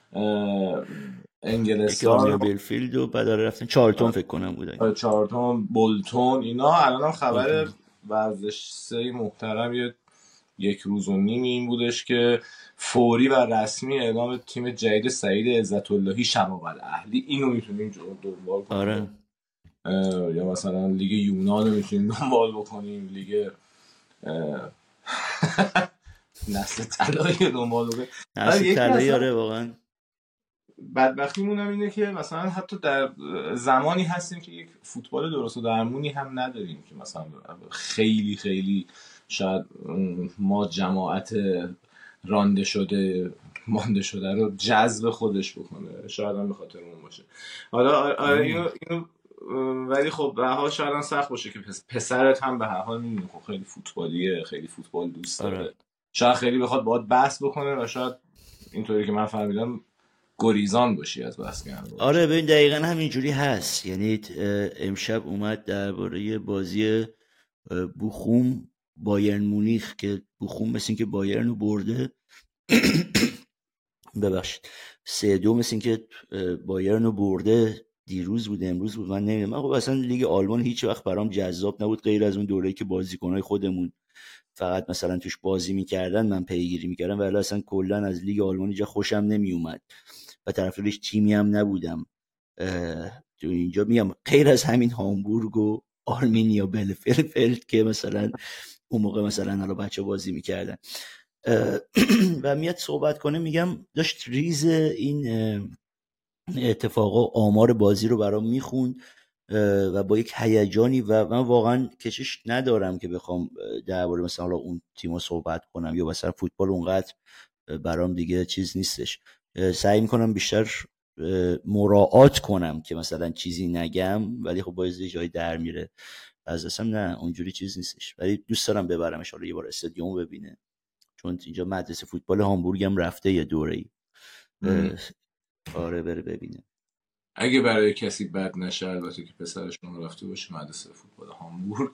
یکی آنیا انگلستان، بیلفیلد و بعد آره رفتن چارلتون فکر کنم بودن، چارلتون، بولتون، اینا. الان هم خبر بولتون. ورزشسه محترم یه یک روز و نیمی این بودش که فوری و رسمی اعلام تیم جدید سعید عزت اللهی شباب الاهلی، اینو میتونیم دنبال کنیم. آره یا مثلا لیگ یونان رو میتونیم دنبال بکنیم، لیگ نسل طلایی رو دنبال بکنیم. نسل طلایی آره واقعا. بدبختیمون هم اینه که مثلا حتی در زمانی هستیم که یک فوتبال درست و درمونی هم نداریم که مثلا خیلی خیلی شاید ما جماعت رانده شده مانده شده رو جذب خودش بکنه، شاید هم به خاطر اون باشه. حالا آره اینو اینو ولی خب به هر حال شاید هم سخت باشه که پسرت هم به هر حال میدونی خب خیلی فوتبالیه، خیلی فوتبال دوست داره، آره. شاید خیلی بخواد باهات بحث بکنه و شاید اینطوری که من فهمیدم گریزان باشی از بحث کردن. آره ببین دقیقاً همینجوری هست. یعنی امشب اومد درباره بازی بوخوم بایرن مونیخ که بوخوم مثل این که بایرن رو برده ببخشید سه دو مثل این که بایرن رو برده، دیروز بود امروز بود من نمیدونم. من خب اصلا لیگ آلمان هیچ وقت برام جذاب نبود غیر از اون دوره‌ای که بازیکن‌های خودمون فقط مثلا توش بازی میکردن من پیگیری میکردم، ولی اصلا کلا از لیگ آلمان جا خوشم نمیومد و طرفدارش تیمی هم نبودم. تو اینجا میگم غیر از همین هامبورگ و آرمینیا بلفلد که مثلا اون موقع مثلا حالا بچه بازی میکردن و میاد صحبت کنه، میگم داشت ریز این اتفاقا آمار بازی رو برام میخوند و با یک هیجانی و من واقعا کشش ندارم که بخوام درباره مثلا اون تیم‌ها صحبت کنم یا مثلا فوتبال اونقدر برام دیگه چیز نیستش. سعی میکنم بیشتر مراعات کنم که مثلا چیزی نگم، ولی خب باید جای در میره از اصلا نه اونجوری چیز نیستش، ولی دوست دارم ببرمش حالا یه بار استادیوم ببینه، چون اینجا مدرسه فوتبال هامبورگ هم رفته یه دوره‌ای. آره بره ببینه. اگه برای کسی بد نشه، البته که پسرشون رفته باشه مدرسه فوتبال هامبورگ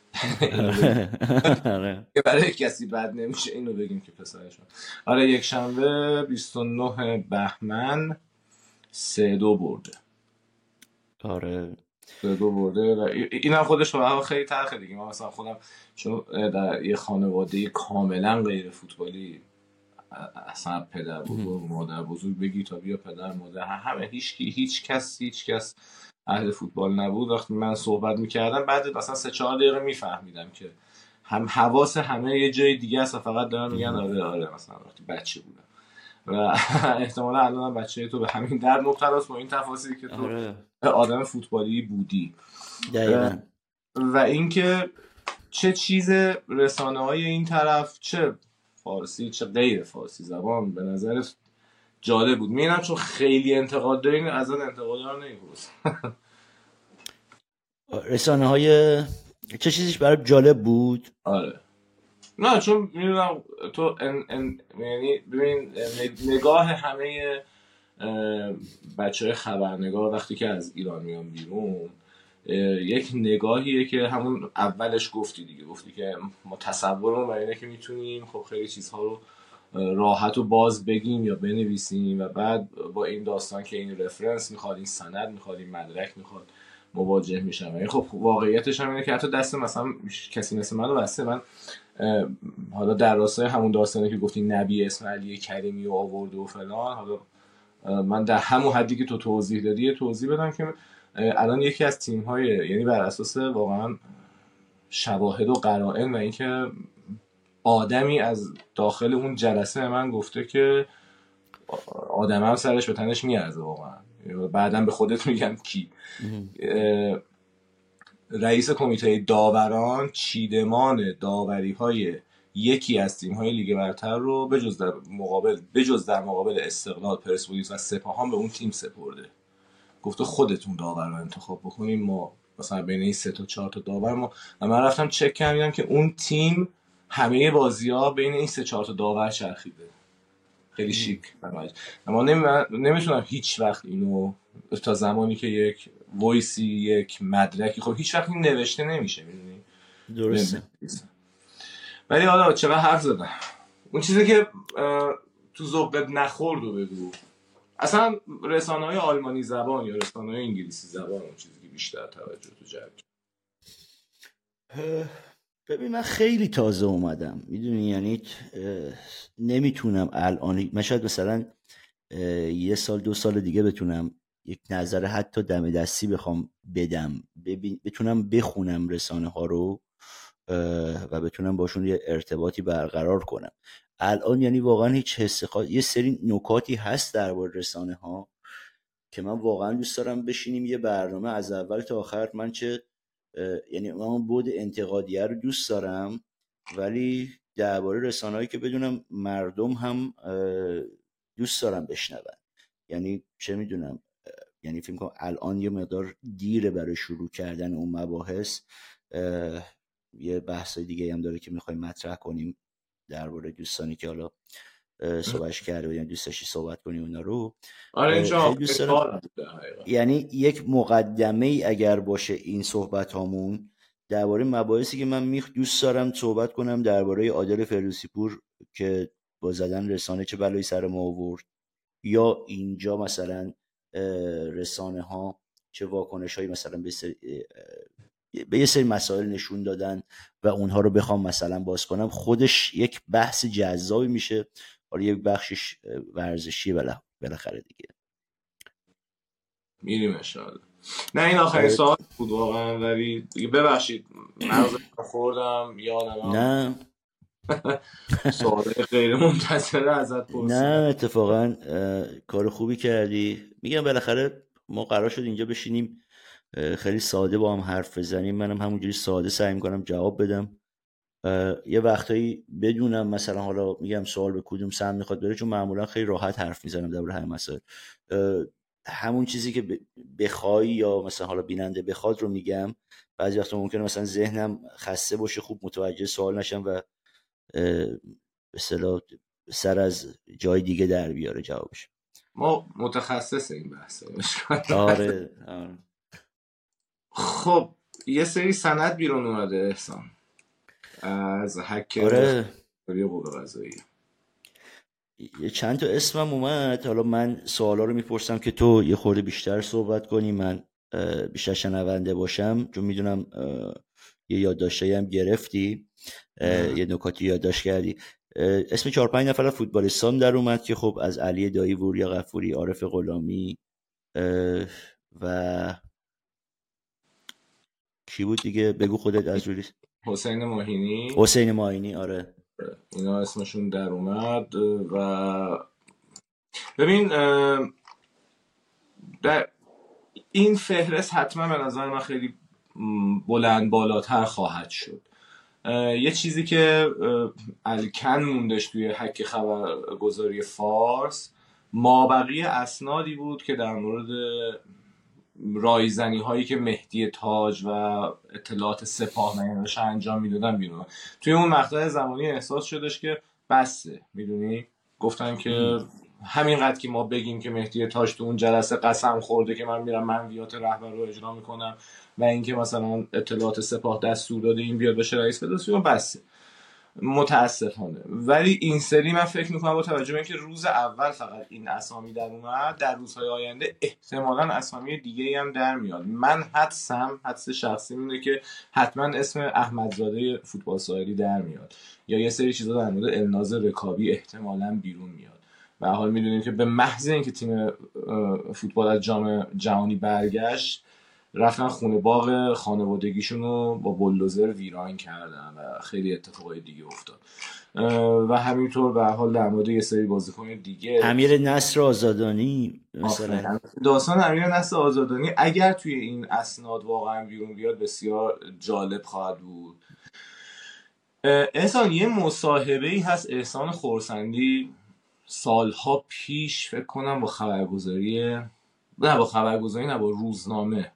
که برای کسی بد نمیشه اینو بگیم که پسرشون. آره یک شنبه بیست و نه بهمن سه دو برده. آره سه دو برده و اینم خودش واقعا خیلی تلخه دیگه. من مثلا خودم چون در یه خانواده کاملا غیر فوتبالی، اصلا پدر بزرگ مادر بزرگ بگی تا بیا پدر مادر همه هیچ کی هیچ کس هیچ کس اهل فوتبال نبود. وقتی من صحبت میکردم بعد مثلا سه چهار دقیقه میفهمیدم که هم حواس همه یه جای دیگه است و فقط دارن میگن آره آره مثلا وقتی بچه بودم و احتمالا الان بچه تو به همین درد مبتلاست با این تفاصیلی که تو آره. آدم فوتبالی بودی دقیقاً. و اینکه چه چیز رسانه‌های این طرف چه فارسی چه غیر فارسی زبان به نظر جالب بود. می‌بینم چون خیلی انتقاد دارین از اون انتقادا رو نمی‌پرسم. رسانه‌های چه چیزیش برای جالب بود؟ آره نه چون می‌دونم تو ان ان یعنی ببین نگاه همه بچه‌های خبرنگار وقتی که از ایران میان بیرون یک نگاهیه که همون اولش گفتی دیگه، گفتی که ما تصورمون برای اینه که میتونیم خب خیلی چیزها رو راحت و باز بگیم یا بنویسیم و بعد با این داستان که این رفرنس میخواد، این سند میخواد، این مدرک میخواد مواجه میشم. یعنی خب واقعیتش هم اینه که حتی دست مثلا کسی مثل من رو بسته من حالا در راستای همون داستانی که گفتی نبی اسماعیلی کریمی و آورد و فلان، حالا من در همون حدی که تو توضیح دادی توضیح بدم که الان یکی از تیم‌های یعنی بر اساس واقعا شواهد و قرائن و اینکه آدمی از داخل اون جلسه من گفته که آدم هم سرش به تنش میارزه واقعا. بعدم به خودت میگم کی. رئیس کمیته داوران چیدمان داوری های یکی از تیم های لیگ برتر رو به جز در مقابل به جز در مقابل استقلال، پرسپولیس و سپاهان به اون تیم سپرده. گفته خودتون داور رو انتخاب بکنین، ما مثلا بین این سه تا چهار تا داور ما. و من رفتم چک کردم که اون تیم همه بازی‌ها بین این سه چهار تا داور چرخیده. خیلی شیک. اما نمیتونم هیچ وقت اینو تا زمانی که یک وایسی، یک مدرکی، خب هیچ وقت این نوشته نمیشه، میدونی؟ درسته. ولی حالا چقدر حرف زدم. اون چیزی که تو ذوقت نخورد رو بگو. اصلا رسانه‌های آلمانی زبان یا رسانه‌های انگلیسی زبان اون چیزی که بیشتر توجه تو جلب. ببین من خیلی تازه اومدم، میدونی، یعنی نمیتونم الان، من شاید مثلا یه سال دو سال دیگه بتونم یک نظر حتی دم دستی بخوام بدم، ببین بتونم بخونم رسانه ها رو و بتونم باشون یه ارتباطی برقرار کنم. الان یعنی واقعا هیچ حس خاص، یه سری نکاتی هست درباره رسانه ها که من واقعا دوست دارم بشینیم یه برنامه از اول تا آخر. من چه یعنی من بود انتقادیه رو دوست دارم، ولی درباره رسانه‌هایی که بدونم مردم هم دوست دارم بشنون. یعنی چه میدونم، یعنی فکر کنم الان یه مقدار دیره برای شروع کردن اون مباحث. یه بحث دیگه هم داره که میخوایم مطرح کنیم درباره دوستانی که حالا صحبتش کرده، یعنی دوست داشتی صحبت کنیم اونا رو. آره اینجا دوست دارم. یعنی یک مقدمه ای اگر باشه این صحبت هامون درباره مباحثی که من میخ دوست دارم صحبت کنم، درباره عادل فردوسی پور که با زدن رسانه چه بلایی سر ما آورد، یا اینجا مثلا رسانه ها چه واکنش هایی مثلا به سری به یه سری مسائل نشون دادن و اونها رو بخوام مثلا باز کنم، خودش یک بحث جذابی میشه. حالا یک بخشش ورزشی بالاخره دیگه میریم انشاءالله. نه این آخرین سوال بود واقعا، ولی دیگه ببخشید مغزم خوردم یادم نه سوال غیر منتظره ازت پرسیدم. نه اتفاقا کار خوبی کردی. میگم بالاخره ما قرار شد اینجا بشینیم خیلی ساده با هم حرف بزنیم، منم همونجوری ساده سعی میکنم جواب بدم. یه وقتایی بدونم مثلا حالا میگم سوال به کدوم سمت میخواد بره، چون معمولا خیلی راحت حرف میزنم درباره همین مسائل. همون چیزی که بخوای یا مثلا حالا بیننده بخواد رو میگم. بعضی وقتا ممکنه مثلا ذهنم خسته باشه، خوب متوجه سوال نشم و به اصطلاح سر از جای دیگه در بیاره جوابش. ما متخصص این بحثه. آره آره. خب یه سری سند بیرون اومده احسان از هکر آره. قوه قضاییه. یه چند تا اسمم اومد. حالا من سوالا رو میپرسم که تو یه خورده بیشتر صحبت کنی، من بیشتر شنونده باشم، چون میدونم یه یادداشتی هم گرفتی، یه نکاتی یادداشت کردی. اسم چهار پنج نفر فوتبالیستان در اومد که خب از علی دایی، وریا غفوری، عارف غلامی و کی بود دیگه؟ بگو خودت از روی. حسین ماهینی. حسین ماهینی آره. اینا اسمشون در اومد. و ببین در این فهرست حتما به نظر من خیلی بلند بالاتر خواهد شد. یه چیزی که الکن موندش توی حک خبرگزاری فارس مابقی اسنادی بود که در مورد رایزنی هایی که مهدی تاج و اطلاعات سپاه نگهدارش انجام میدادن بیرون. توی اون مقطع زمانی احساس شدش که بسه، میدونی، گفتن که همینقدر که ما بگیم که مهدی تاج تو اون جلسه قسم خورده که من میرم منویات رهبر رو اجرا میکنم و اینکه مثلا اطلاعات سپاه دستور داده این بیاد بشه رئیس فدراسیون، بسه. متاسفانه. ولی این سری من فکر میکنم با توجه به اینکه روز اول فقط این اسامی در اومد، در روزهای آینده احتمالاً اسامی دیگه هم در میاد. من حدسم حدس شخصی اینه که حتما اسم احمدزاده فوتبال ساحلی در میاد یا یه سری چیزا در مورد الناز رکابی احتمالاً بیرون میاد. و حال میدونیم که به محض اینکه تیم فوتبال از جام جهانی برگشت، رفتن خونه باغ خانوادگیشون رو با بولدوزر ویران کردن و خیلی اتفاقای دیگه افتاد. و همینطور به هر حال در مورد یه سری بازیکن دیگه، امیر نصر آزادانی مثلا. داستان امیر نصر آزادانی اگر توی این اسناد واقعا بیرون بیاد بسیار جالب خواهد بود. احسان یه مصاحبه‌ای هست احسان خرسندی سالها پیش فکر کنم با خبرگزاری نه با خبرگزاری نه با روزنامه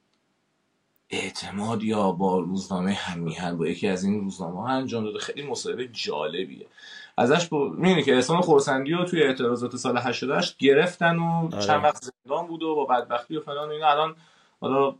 اعتماد یا با روزنامه همیهن با یکی از این روزنامه ها انجام داده. خیلی مصاحبه جالبیه ازش. با می‌بینی که احسان خرسندی رو توی اعتراضات سال هشتاد و هشت گرفتن و آره. چند وقت زندان بود و با بدبختی و فلان اینا الان حالا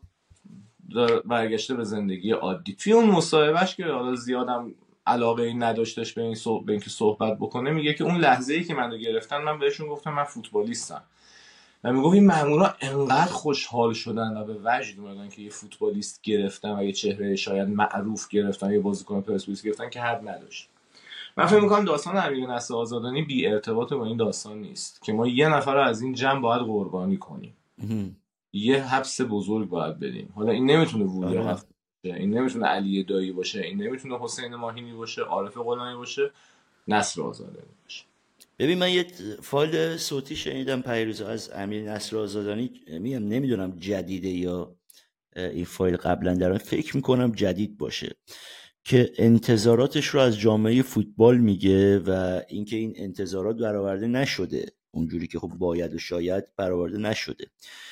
برگشته به زندگی عادی. توی اون مصاحبهش که حالا زیادم علاقه این نداشتش به این صحبت به اینکه صحبت بکنه، میگه که اون لحظه‌ای که منو گرفتن من بهشون گفتم من فوتبالیستم و میگفت این مامورا انقدر خوشحال شدن و به وجد اومدن که یه فوتبالیست گرفتن و یه چهره شاید معروف گرفتن، یه بازیکن پرسپولیس گرفتن که حد نداشت. من فکر می‌کنم داستان امیر نصر آزادانی بی ارتباط با این داستان نیست که ما یه نفر رو از این جمع باید قربانی کنیم، یه حبس بزرگ باید بدیم. حالا این نمیتونه وریا باشه، این نمیتونه علی دایی باشه، این نمیتونه حسین ماهینی باشه، عارف غلامی باشه، نصر آزادانی باشه. ببین من یه فایل صوتی شنیدم پیروز از امیر نصر آزادانی، میگم نمیدونم جدیده یا این فایل قبلا در فکر میکنم جدید باشه، که انتظاراتش رو از جامعه فوتبال میگه و اینکه این انتظارات برآورده نشده اونجوری که خب باید و شاید برآورده نشده.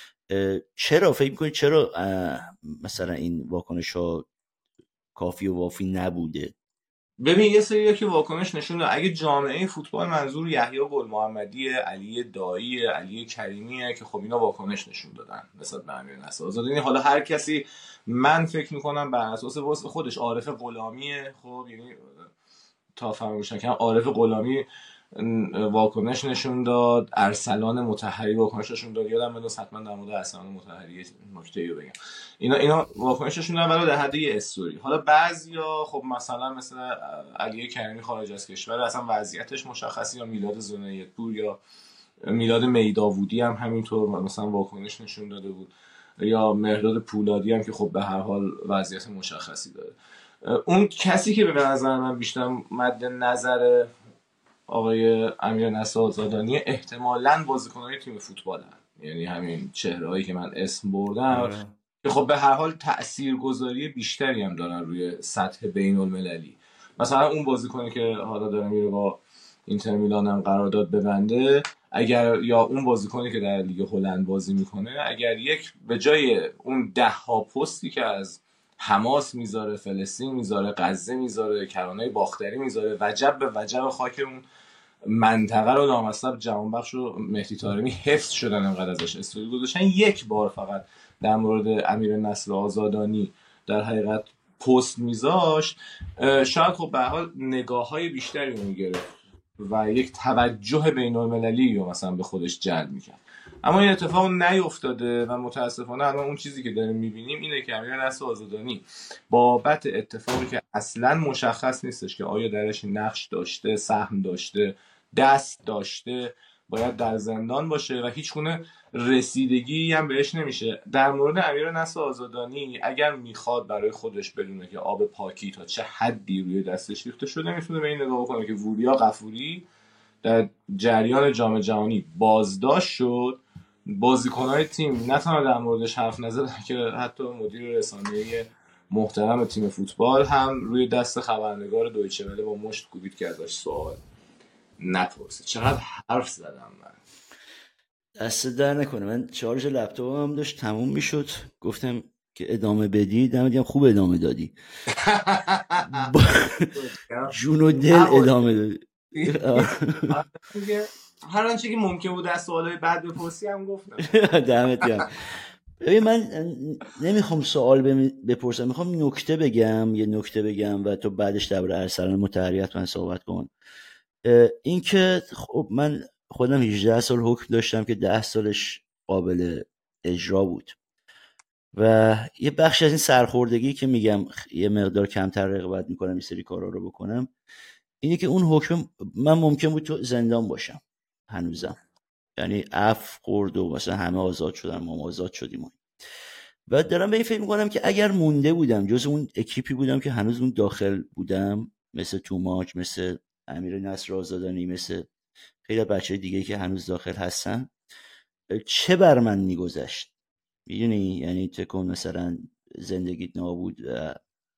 چرا فکر میکنید چرا مثلا این واکنش ها کافی و وافی نبوده؟ ببین یه سری که واکنش نشون داد اگه جامعه فوتبال منظور یحیی گل محمدی، علی دایی، علی کریمیه که خب اینا واکنش نشون دادن نسبت به امیر نصر آزادانی. حالا هر کسی من فکر میکنم بر اساس واسه خودش عارف غلامیه، خب یعنی تا فراموش نکنم عارف غلامی واکنش نشون داد، ارسلان مطهری واکنش نشون داد، یادم میاد حتما در مورد ارسلان مطهری نکته‌ای بگم. اینا اینا واکنششون دادن در حد یه استوری. حالا بعضیا خب مثلا مثل علی کریمی خارج از کشور اصلا وضعیتش مشخصه، یا میلاد زنیت‌پور یا میلاد میداوودی هم همینطور مثلا واکنش نشون داده بود، یا مهرداد پولادی هم که خب به هر حال وضعیت مشخصی داره. اون کسی که به نظر من بیشتر مد نظر آقای امیر نصر آزادانی احتمالاً بازیکن‌های تیم فوتبال هست، یعنی همین چهرهایی که من اسم بردم که خب به هر حال تاثیرگذاری بیشتری هم دارن روی سطح بین‌المللی. مثلا اون بازیکنی که حالا داره میره با اینتر میلان هم قرارداد ببنده، اگر یا اون بازیکنی که در لیگ هلند بازی میکنه، اگر یک به جای اون ده ها پستی که از حماس میذاره، فلسطین میذاره، غزه میذاره، کرانه باختری میذاره، وجب به وجب خاک اون منطقه رو لامصب جوانبخش و مهدی طارمی حفظ شدن انقدر ازش استوری گذاشتن، یک بار فقط در مورد امیر نصر آزادانی در حقیقت پست میذاشت، شاید خب به هر حال نگاه‌های بیشتری رو میگرفت و یک توجه بین‌المللی رو مثلا به خودش جلب میکرد. اما این اتفاق نیفتاده و متاسفانه الان اون چیزی که داریم میبینیم اینه که امیر نصر آزادانی بابت اتفاقی که اصلا مشخص نیستش که آیا درش نقش داشته، سهم داشته، دست داشته، باید در زندان باشه و هیچ گونه رسیدگی هم بهش نمیشه. در مورد امیر نصر آزادانی اگر میخواد برای خودش بدونه که آب پاکی تا چه حدی روی دستش ریخته شده، میتونه به این نگاه کنه که وریا غفوری در جریان جام جهانی بازداشت شد، بازیکن‌های تیم نه تنها در موردش حرف نزدن که حتی مدیر رسانه‌ای محترم تیم فوتبال هم روی دست خبرنگار دویچه وله با مشت کوبید که ازش سوال نپرسید. چقدر حرف زدم من، دست در نکنه. من شارژ لپتاپم هم داشت تموم میشد، گفتم که ادامه بدی، دم دیدم خوب ادامه دادی. جون و دل ادامه دادی. هر آنچه که ممکن بود از سوالای بعد بپرسی هم گفتم. دمت گرم. ببین من نمیخوام سوال بپرسم، میخوام نکته بگم، یه نکته بگم و تو بعدش درباره ارسلان مطهری حتما صحبت کن. این که خب من خودم هجده سال حکم داشتم که ده سالش قابل اجرا بود و یه بخش از این سرخوردگی که میگم یه مقدار کمتر رقابت میکنم این سری کارا رو بکنم، اینه که اون حکم من ممکن بود تو زندان باشم هنوزم، یعنی عفو خورد و مثلا همه آزاد شدن، ما آزاد شدیم و دارم به این فکر میکنم که اگر مونده بودم جز اون اکیپی بودم که هنوز اون داخل بودم، مثل توماچ، مثل امیر نصر آزادانی، مثل خیلی بچه دیگه که هنوز داخل هستن، چه بر من میگذشت، میدونی؟ یعنی تکون مثلا زندگیت نابود و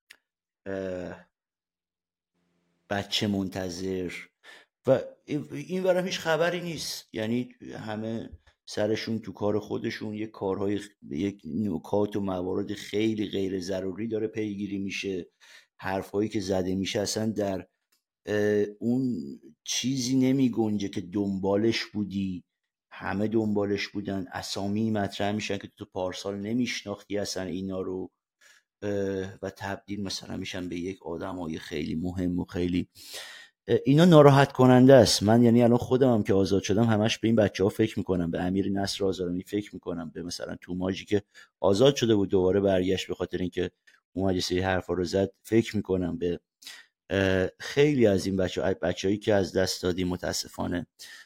بچه منتظر و این ورم هیچ خبری نیست، یعنی همه سرشون تو کار خودشون، یک کارهای یک نکات و موارد خیلی غیر ضروری داره پیگیری میشه، حرفایی که زده میشه اصلا در اون چیزی نمی گنجه که دنبالش بودی. همه دنبالش بودن، اسامی مطرح میشن که تو پارسال نمیشناختی اصلا اینا رو و تبدیل مثلا میشن به یک آدمای خیلی مهم و خیلی اینا ناراحت کننده است. من یعنی الان خودم هم که آزاد شدم همش به این بچه ها فکر میکنم، به امیر نصر آزادانی فکر میکنم، به مثلا توماجی که آزاد شده بود دوباره برگشت به خاطر اینکه اومد یه سری حرفا رو زد فکر میکنم، به خیلی از این بچه ها، بچه‌هایی که از دست دادیم متاسفانه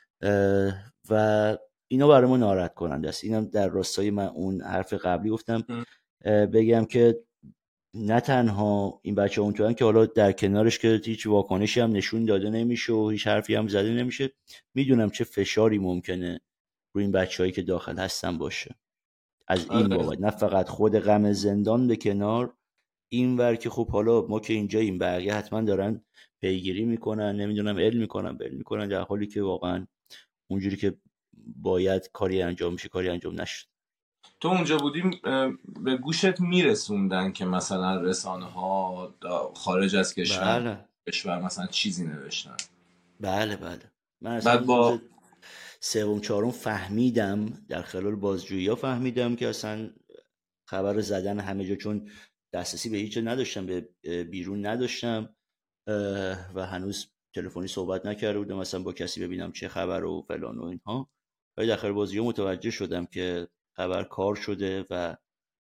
و اینا برای ما ناراحت کننده است. اینم در راستای من اون حرف قبلی گفتم بگم که نه تنها این بچه ها اونطورن که حالا در کنارش که هیچ واکنشی هم نشون داده نمیشه و هیچ حرفی هم زده نمیشه، میدونم چه فشاری ممکنه روی این بچه هایی که داخل هستن باشه از این بابت، نه فقط خود غم زندان به کنار، این ور که خب حالا ما که اینجا این بقیه حتما دارن پیگیری میکنن، نمیدونم علم میکنن بل میکنن، در حالی که واقعا اونجوری که باید کاری انجام میشه کاری انجام نشد. تو اونجا بودیم به گوشت میرسوندن که مثلا رسانه ها خارج از کشور بله. کشور مثلا چیزی نوشتن؟ بله بله. من اصلا با روز سوم چهارم فهمیدم، در خلال بازجویی ها فهمیدم که اصلا خبر زدن همه جا، چون دسترسی به هیچ نداشتم، به بیرون نداشتم و هنوز تلفنی صحبت نکرده بودم مثلا با کسی ببینم چه خبر و فلان و اینها، ولی در خلال بازجویی متوجه شدم که خبر کار شده و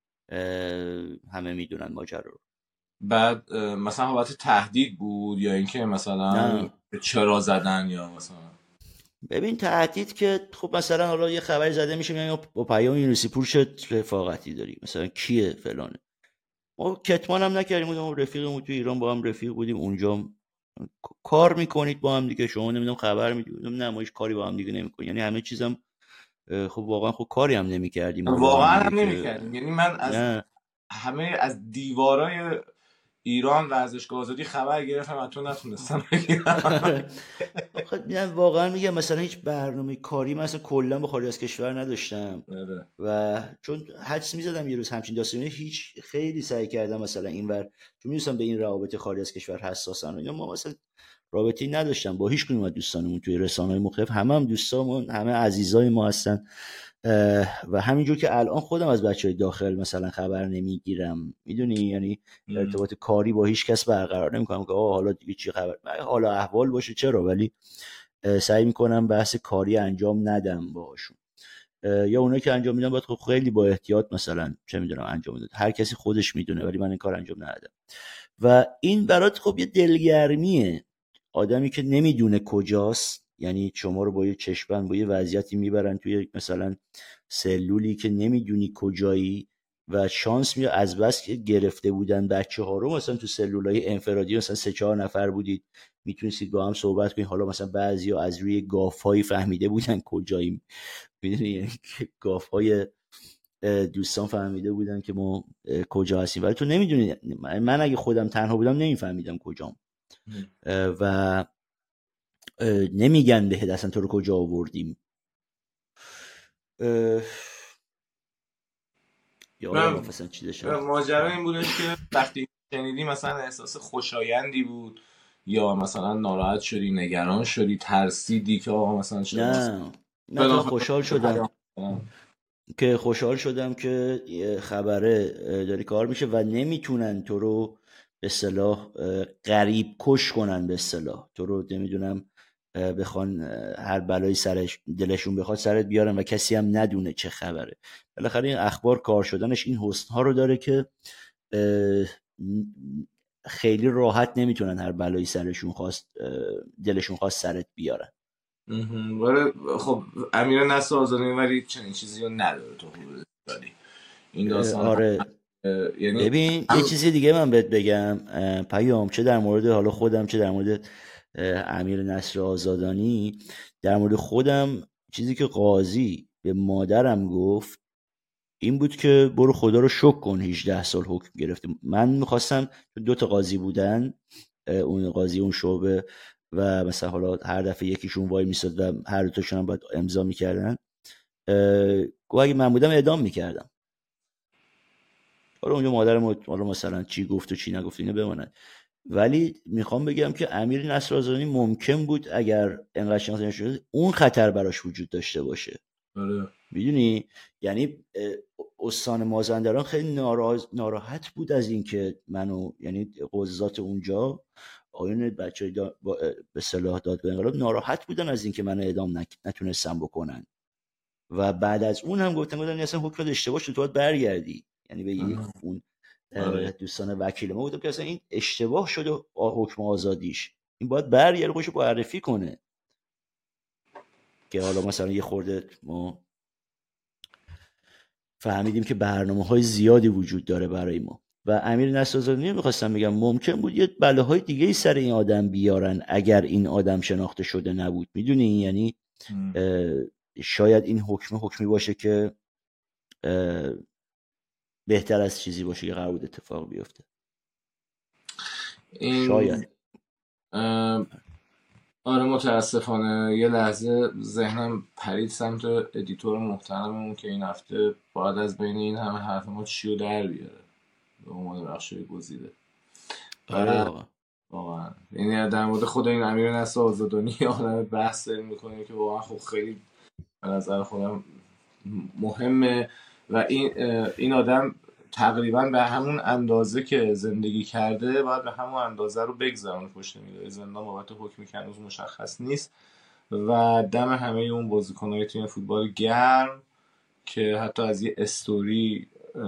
همه میدونن ماجرا رو. بعد مثلا حالت تهدید بود یا اینکه مثلا نه. چرا زدن یا مثلا؟ ببین تهدید که خب مثلا حالا یه خبری زده میشه میگن با پیام یونسی پور چه رفاقتی داری، مثلا کیه فلانه، ما کتمان هم نکردیم، ما رفیقمون تو ایران با هم رفیق بودیم، اونجا کار میکنید با هم دیگه، شما نمیدونم خبر میدید نه ما هیچ کاری با هم دیگه نمیکنیم، یعنی همه چیزم خب واقعا خب کاری هم نمیکردیم واقعا هم نمیکردیم. یعنی من از نه. همه از دیوارای ایران ورزشگاه آزادی خبر گرفتم و تو نتونستم بگیرم. من واقعا میگم مثلا هیچ برنامه کاری مثلا کلا به خارج از کشور نداشتم و چون حدس میزدم یه روز همچین داستانی، هیچ خیلی سعی کردم مثلا اینور، چون میدونستم به این روابط خارج از کشور حساسن، اینا ما مثلا رابطه‌ای نداشتم با هیچ کدوم از دوستانمون توی رسانه‌های مختلف، همه هم دوستامون همه عزیزای ما هستن و همینجور که الان خودم از بچهای داخل مثلا خبر نمیگیرم، میدونی، یعنی ارتباط کاری با هیچ کس برقرار نمیکنم که آه حالا دیگه چی خبر، حالا احوال باشه چرا، ولی سعی میکنم بحث کاری انجام ندم باهاشون، یا اونایی که انجام میدن باید خیلی با احتیاط مثلا چه میدونم انجام میدن، هر کسی خودش میدونه، ولی من این کار انجام ندادم و این برات خب یه دلگرمیه، آدمی که نمیدونه کجاست، یعنی شما رو با یه چشمن با یه وضعیتی میبرن توی مثلا سلولی که نمیدونی کجایی و شانس میاد از بس که گرفته بودن بچه ها رو مثلا تو سلولای انفرادی مثلا سه چهار نفر بودید میتونستید با هم صحبت کنید، حالا مثلا بعضیا از روی گافایی فهمیده بودن کجاییم، میدونی، یعنی گافای دوستان فهمیده بودن که ما کجا هستیم، ولی تو نمیدونی، من اگه خودم تنها بودم نمیفهمیدم کجام و نمیگن بهت اصلا تو رو کجا آوردیم. یادم مثلا چی داشتم ماجرا این بودش که وقتی شنیدی مثلا احساس خوشایندی بود یا مثلا ناراحت شدی، نگران شدی، ترسیدی که آقا مثلا شد؟ نه نه خوشحال شدم که خوشحال شدم که خبره داری کار میشه و نمیتونن تو رو به اصطلاح غریب کش کنن، به اصطلاح تو رو نمیدونم بخوان هر بلایی سرش دلشون بخواد سرت بیارن و کسی هم ندونه چه خبره. بالاخره این اخبار کار شدنش این حسن ها رو داره که خیلی راحت نمیتونن هر بلایی سرشون خواست دلشون خواست سرت بیارن. خب امیر نصر آزادانی ولی چنین چیزی رو نداره تو داری این داستان. آره یعنی ببین یه چیزی دیگه من بهت بگم پیام، چه در مورد حالا خودم چه در مورد امیر نصر آزادانی، در مورد خودم چیزی که قاضی به مادرم گفت این بود که برو خدا رو شکر کن هجده سال حکم گرفتیم. من میخواستم، دو تا قاضی بودن، اون قاضی اون شعبه و مثلا حالا هر دفعه یکیشون وای میساد و هر دو تاشون هم باید امضا میکردن، گفت اگه من بودم اعدام میکردم. حالا اونجا مادرم حالا مثلا چی گفت و چی نگفت اینو بماند، ولی میخوام بگم که امیر نصر آزادانی ممکن بود اگر انقدر شناخته نشده اون خطر براش وجود داشته باشه. آره. میدونی یعنی استان مازندران خیلی ناراض ناراحت بود از اینکه منو، یعنی قضات اونجا آیون بچه دا به صلاح داد به انقلاب ناراحت بودن از اینکه منو اعدام نک... نتونستم بکنن و بعد از اون هم گفتن گفتن اصلا حکم اشتباه شد، تو باید برگردی. یعنی به اون آره. دوستان وکیل ما گفتم که اصلا این اشتباه شده حکم آزادیش، این باید برگرده خودشو معرفی کنه که حالا مثلا یه خورده ما فهمیدیم که برنامه‌های زیادی وجود داره برای ما. و امیر نصر آزادانی میخواستم بگم ممکن بود یه بلاهای دیگه سر این آدم بیارن اگر این آدم شناخته شده نبود. میدونی یعنی شاید این حکم حکمی باشه که بهتر از چیزی باشه که قرار بود اتفاق بیفته. این شاید آره متاسفانه یه لحظه ذهنم پرید سمت ادیتور محترممون که این هفته باید از بین این همه حرف ما چیو در بیاره به عنوان بخشای گزیده. آره واقعا واقعا یعنی در مورد خود این امیر نصر آزادانی آدم بحث داریم میکنیم که واقعا خب خیلی به نظر خودم مهمه و این این آدم تقریبا به همون اندازه که زندگی کرده باید به همون اندازه رو بگذرونه پشت میره زندان بابت حکمی که هنوز مشخص نیست و دم همه اون بازیکن‌های تیم فوتبال گرم که حتی از یه استوری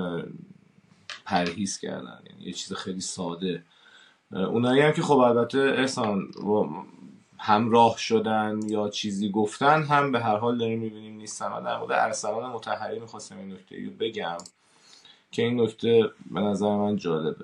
پرهیز کردن، یعنی یه چیز خیلی ساده. اونایی هم که خب البته احسان همراه شدن یا چیزی گفتن هم به هر حال داریم میبینیم نیستن. و در مورد ارسلان مطهری میخواستم این نکته رو بگم که این نکته به نظر من جالبه.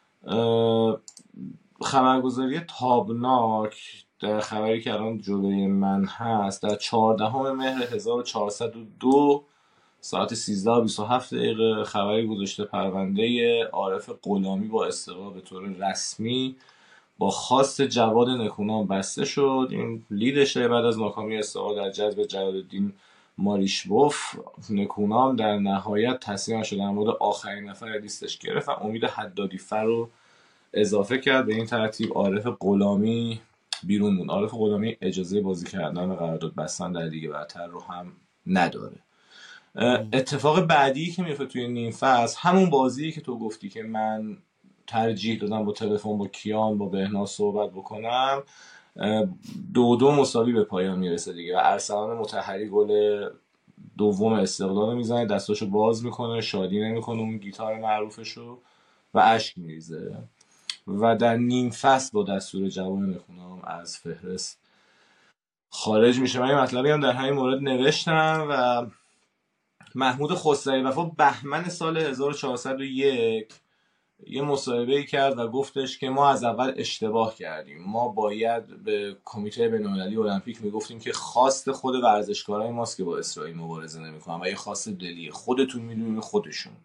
خبرگزاری تابناک در خبری که الان جلوی من هست در چهاردهم مهر هزار و چهارصد و دو ساعت سیزده و بیست و هفت دقیقه خبری گذاشته پرونده عارف غلامی با استقرار به طور رسمی با خواست جواد نکونام بسته شد. این لیدشه بعد از ناکامی استقرار در جذب جلال‌الدین ماریشوف. نکونام در نهایت تصمیم شد در مورد آخرین نفر لیستش گرفت و امید حدادی‌فر رو اضافه کرد. به این ترتیب عارف غلامی بیرون موند. عارف غلامی اجازه بازی کردن و قرارداد بستن در لیگ برتر رو هم نداره. اتفاق بعدی که میفته توی نیم فصل همون بازی که تو گفتی که من ترجیح دادم با تلفن با کیان با بهناز صحبت بکنم، دو دو مساوی به پایان میرسه دیگه و ارسلان مطهری گل دوم استقلال رو میزنه، دستاشو باز میکنه، شادی نمیکنه اون گیتار معروفشو و اشک میریزه و در نیم فصل با دستور جواد نکونام از فهرست خارج میشه. من یه مطلبی هم در همین مورد نوشتم و محمود خسروی وفا بهمن سال هزار و چهارصد و یک یه مصاحبه‌ای کرد و گفتش که ما از اول اشتباه کردیم. ما باید به کمیته بین‌المللی المپیک میگفتیم که خواست خود ورزشکارای ماست که با اسرائیل مبارزه نمی‌کنن و یه خواست دلیه، خودتون میدونید خودشون.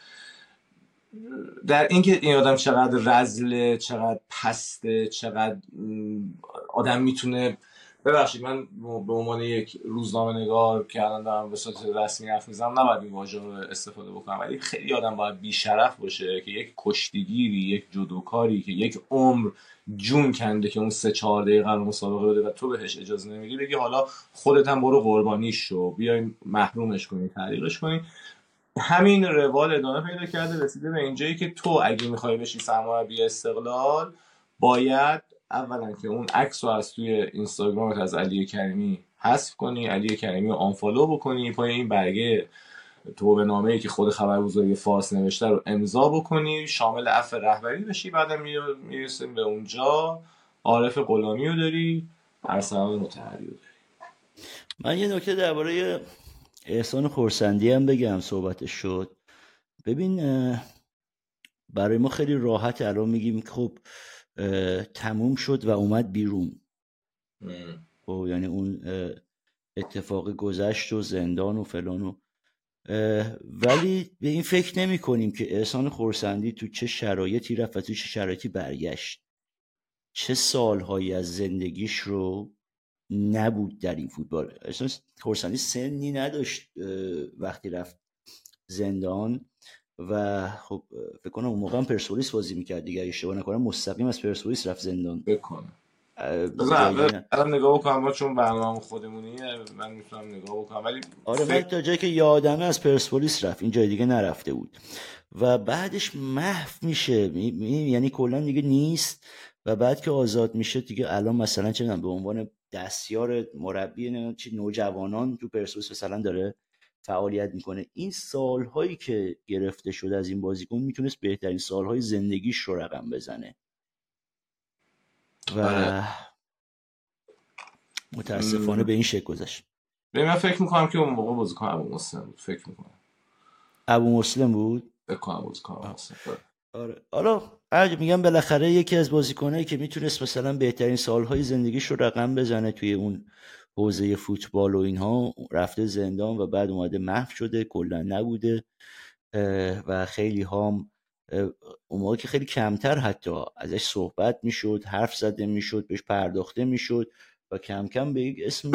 در اینکه این آدم چقدر رذله، چقدر پسته، چقدر آدم میتونه، ببخشید من به عنوان یک روزنامه نگار که الان دارم به صورت رسمی حرف میزنم نباید این واژه رو استفاده بکنم، ولی خیلی آدم باید بی‌شرف باشه که یک کشتیگیری، یک جودوکاری که یک عمر جون کنده که اون سه چهار دقیقه رو مسابقه بده و تو بهش اجازه نمیدی، بگی حالا خودت هم برو قربانیش شو، بیاین محرومش کنی، تعلیقش کنی. همین روال ادامه پیدا کرده رسیده به اینجایی که تو اگه میخوای بشی سرمربی استقلال باید اولا که اون عکس رو از توی اینستاگرامت از علی کریمی حذف کنی، علی کریمی رو آنفالو بکنی، پای این برگه توبه‌نامه‌ای که خود خبرگزاری فارس نوشته رو امضا بکنی، شامل عفو رهبری بشی. بعدم میرسیم به اونجا عارف غلامی رو داری، ارسلان مطهری رو داری. من یه نکته درباره احسان خورسندی هم بگم، صحبتش شد. ببین برای ما خیلی راحت الان میگیم خب تموم شد و اومد بیرون. و یعنی اون اتفاق گذشت و زندان و فلان و ولی به این فکر نمی کنیم که احسان خرسندی تو چه شرایطی رفت و تو چه شرایطی برگشت، چه سالهایی از زندگیش رو نبود در این فوتبال. احسان خرسندی سنی نداشت وقتی رفت زندان و خب فکر کنم اون موقع هم پرسپولیس بازی میکرد دیگه، اشتباه نکنم مستقیم از پرسپولیس رفت زندان. بکنم جایی نه. الان نگاه بکنم ما چون برنامه خودمونیه من میتونم نگاه بکنم ولی آره من تا جایی که یادمه از پرسپولیس رفت، این جای دیگه نرفته بود و بعدش محو میشه، می... می... یعنی کلا دیگه نیست و بعد که آزاد میشه دیگه الان مثلا چه به عنوان دستیار مربی نه چی نوجوانان تو پرسپولیس مثلا داره فعالیت میکنه. این سالهایی که گرفته شده از این بازیکن میتونست بهترین سالهای زندگیش رو رقم بزنه و آره. متاسفانه به این شکل گذشت. من فکر میکنم که اون موقع بازیکن ابو مسلم بود. فکر میکنم ابو مسلم بود. فکر کنم بازیکن ابو مسلم. آره حالا عجب میگم بالاخره یکی از بازیکنایی که میتونست مثلا بهترین سالهای زندگیش رو رقم بزنه توی اون حوزه فوتبال و اینها رفته زندان و بعد اومده محو شده، کلا نبوده و خیلی هم اون موقع که خیلی کمتر حتی ازش صحبت میشد، حرف زده میشد، بهش پرداخته میشد و کم کم به یک اسم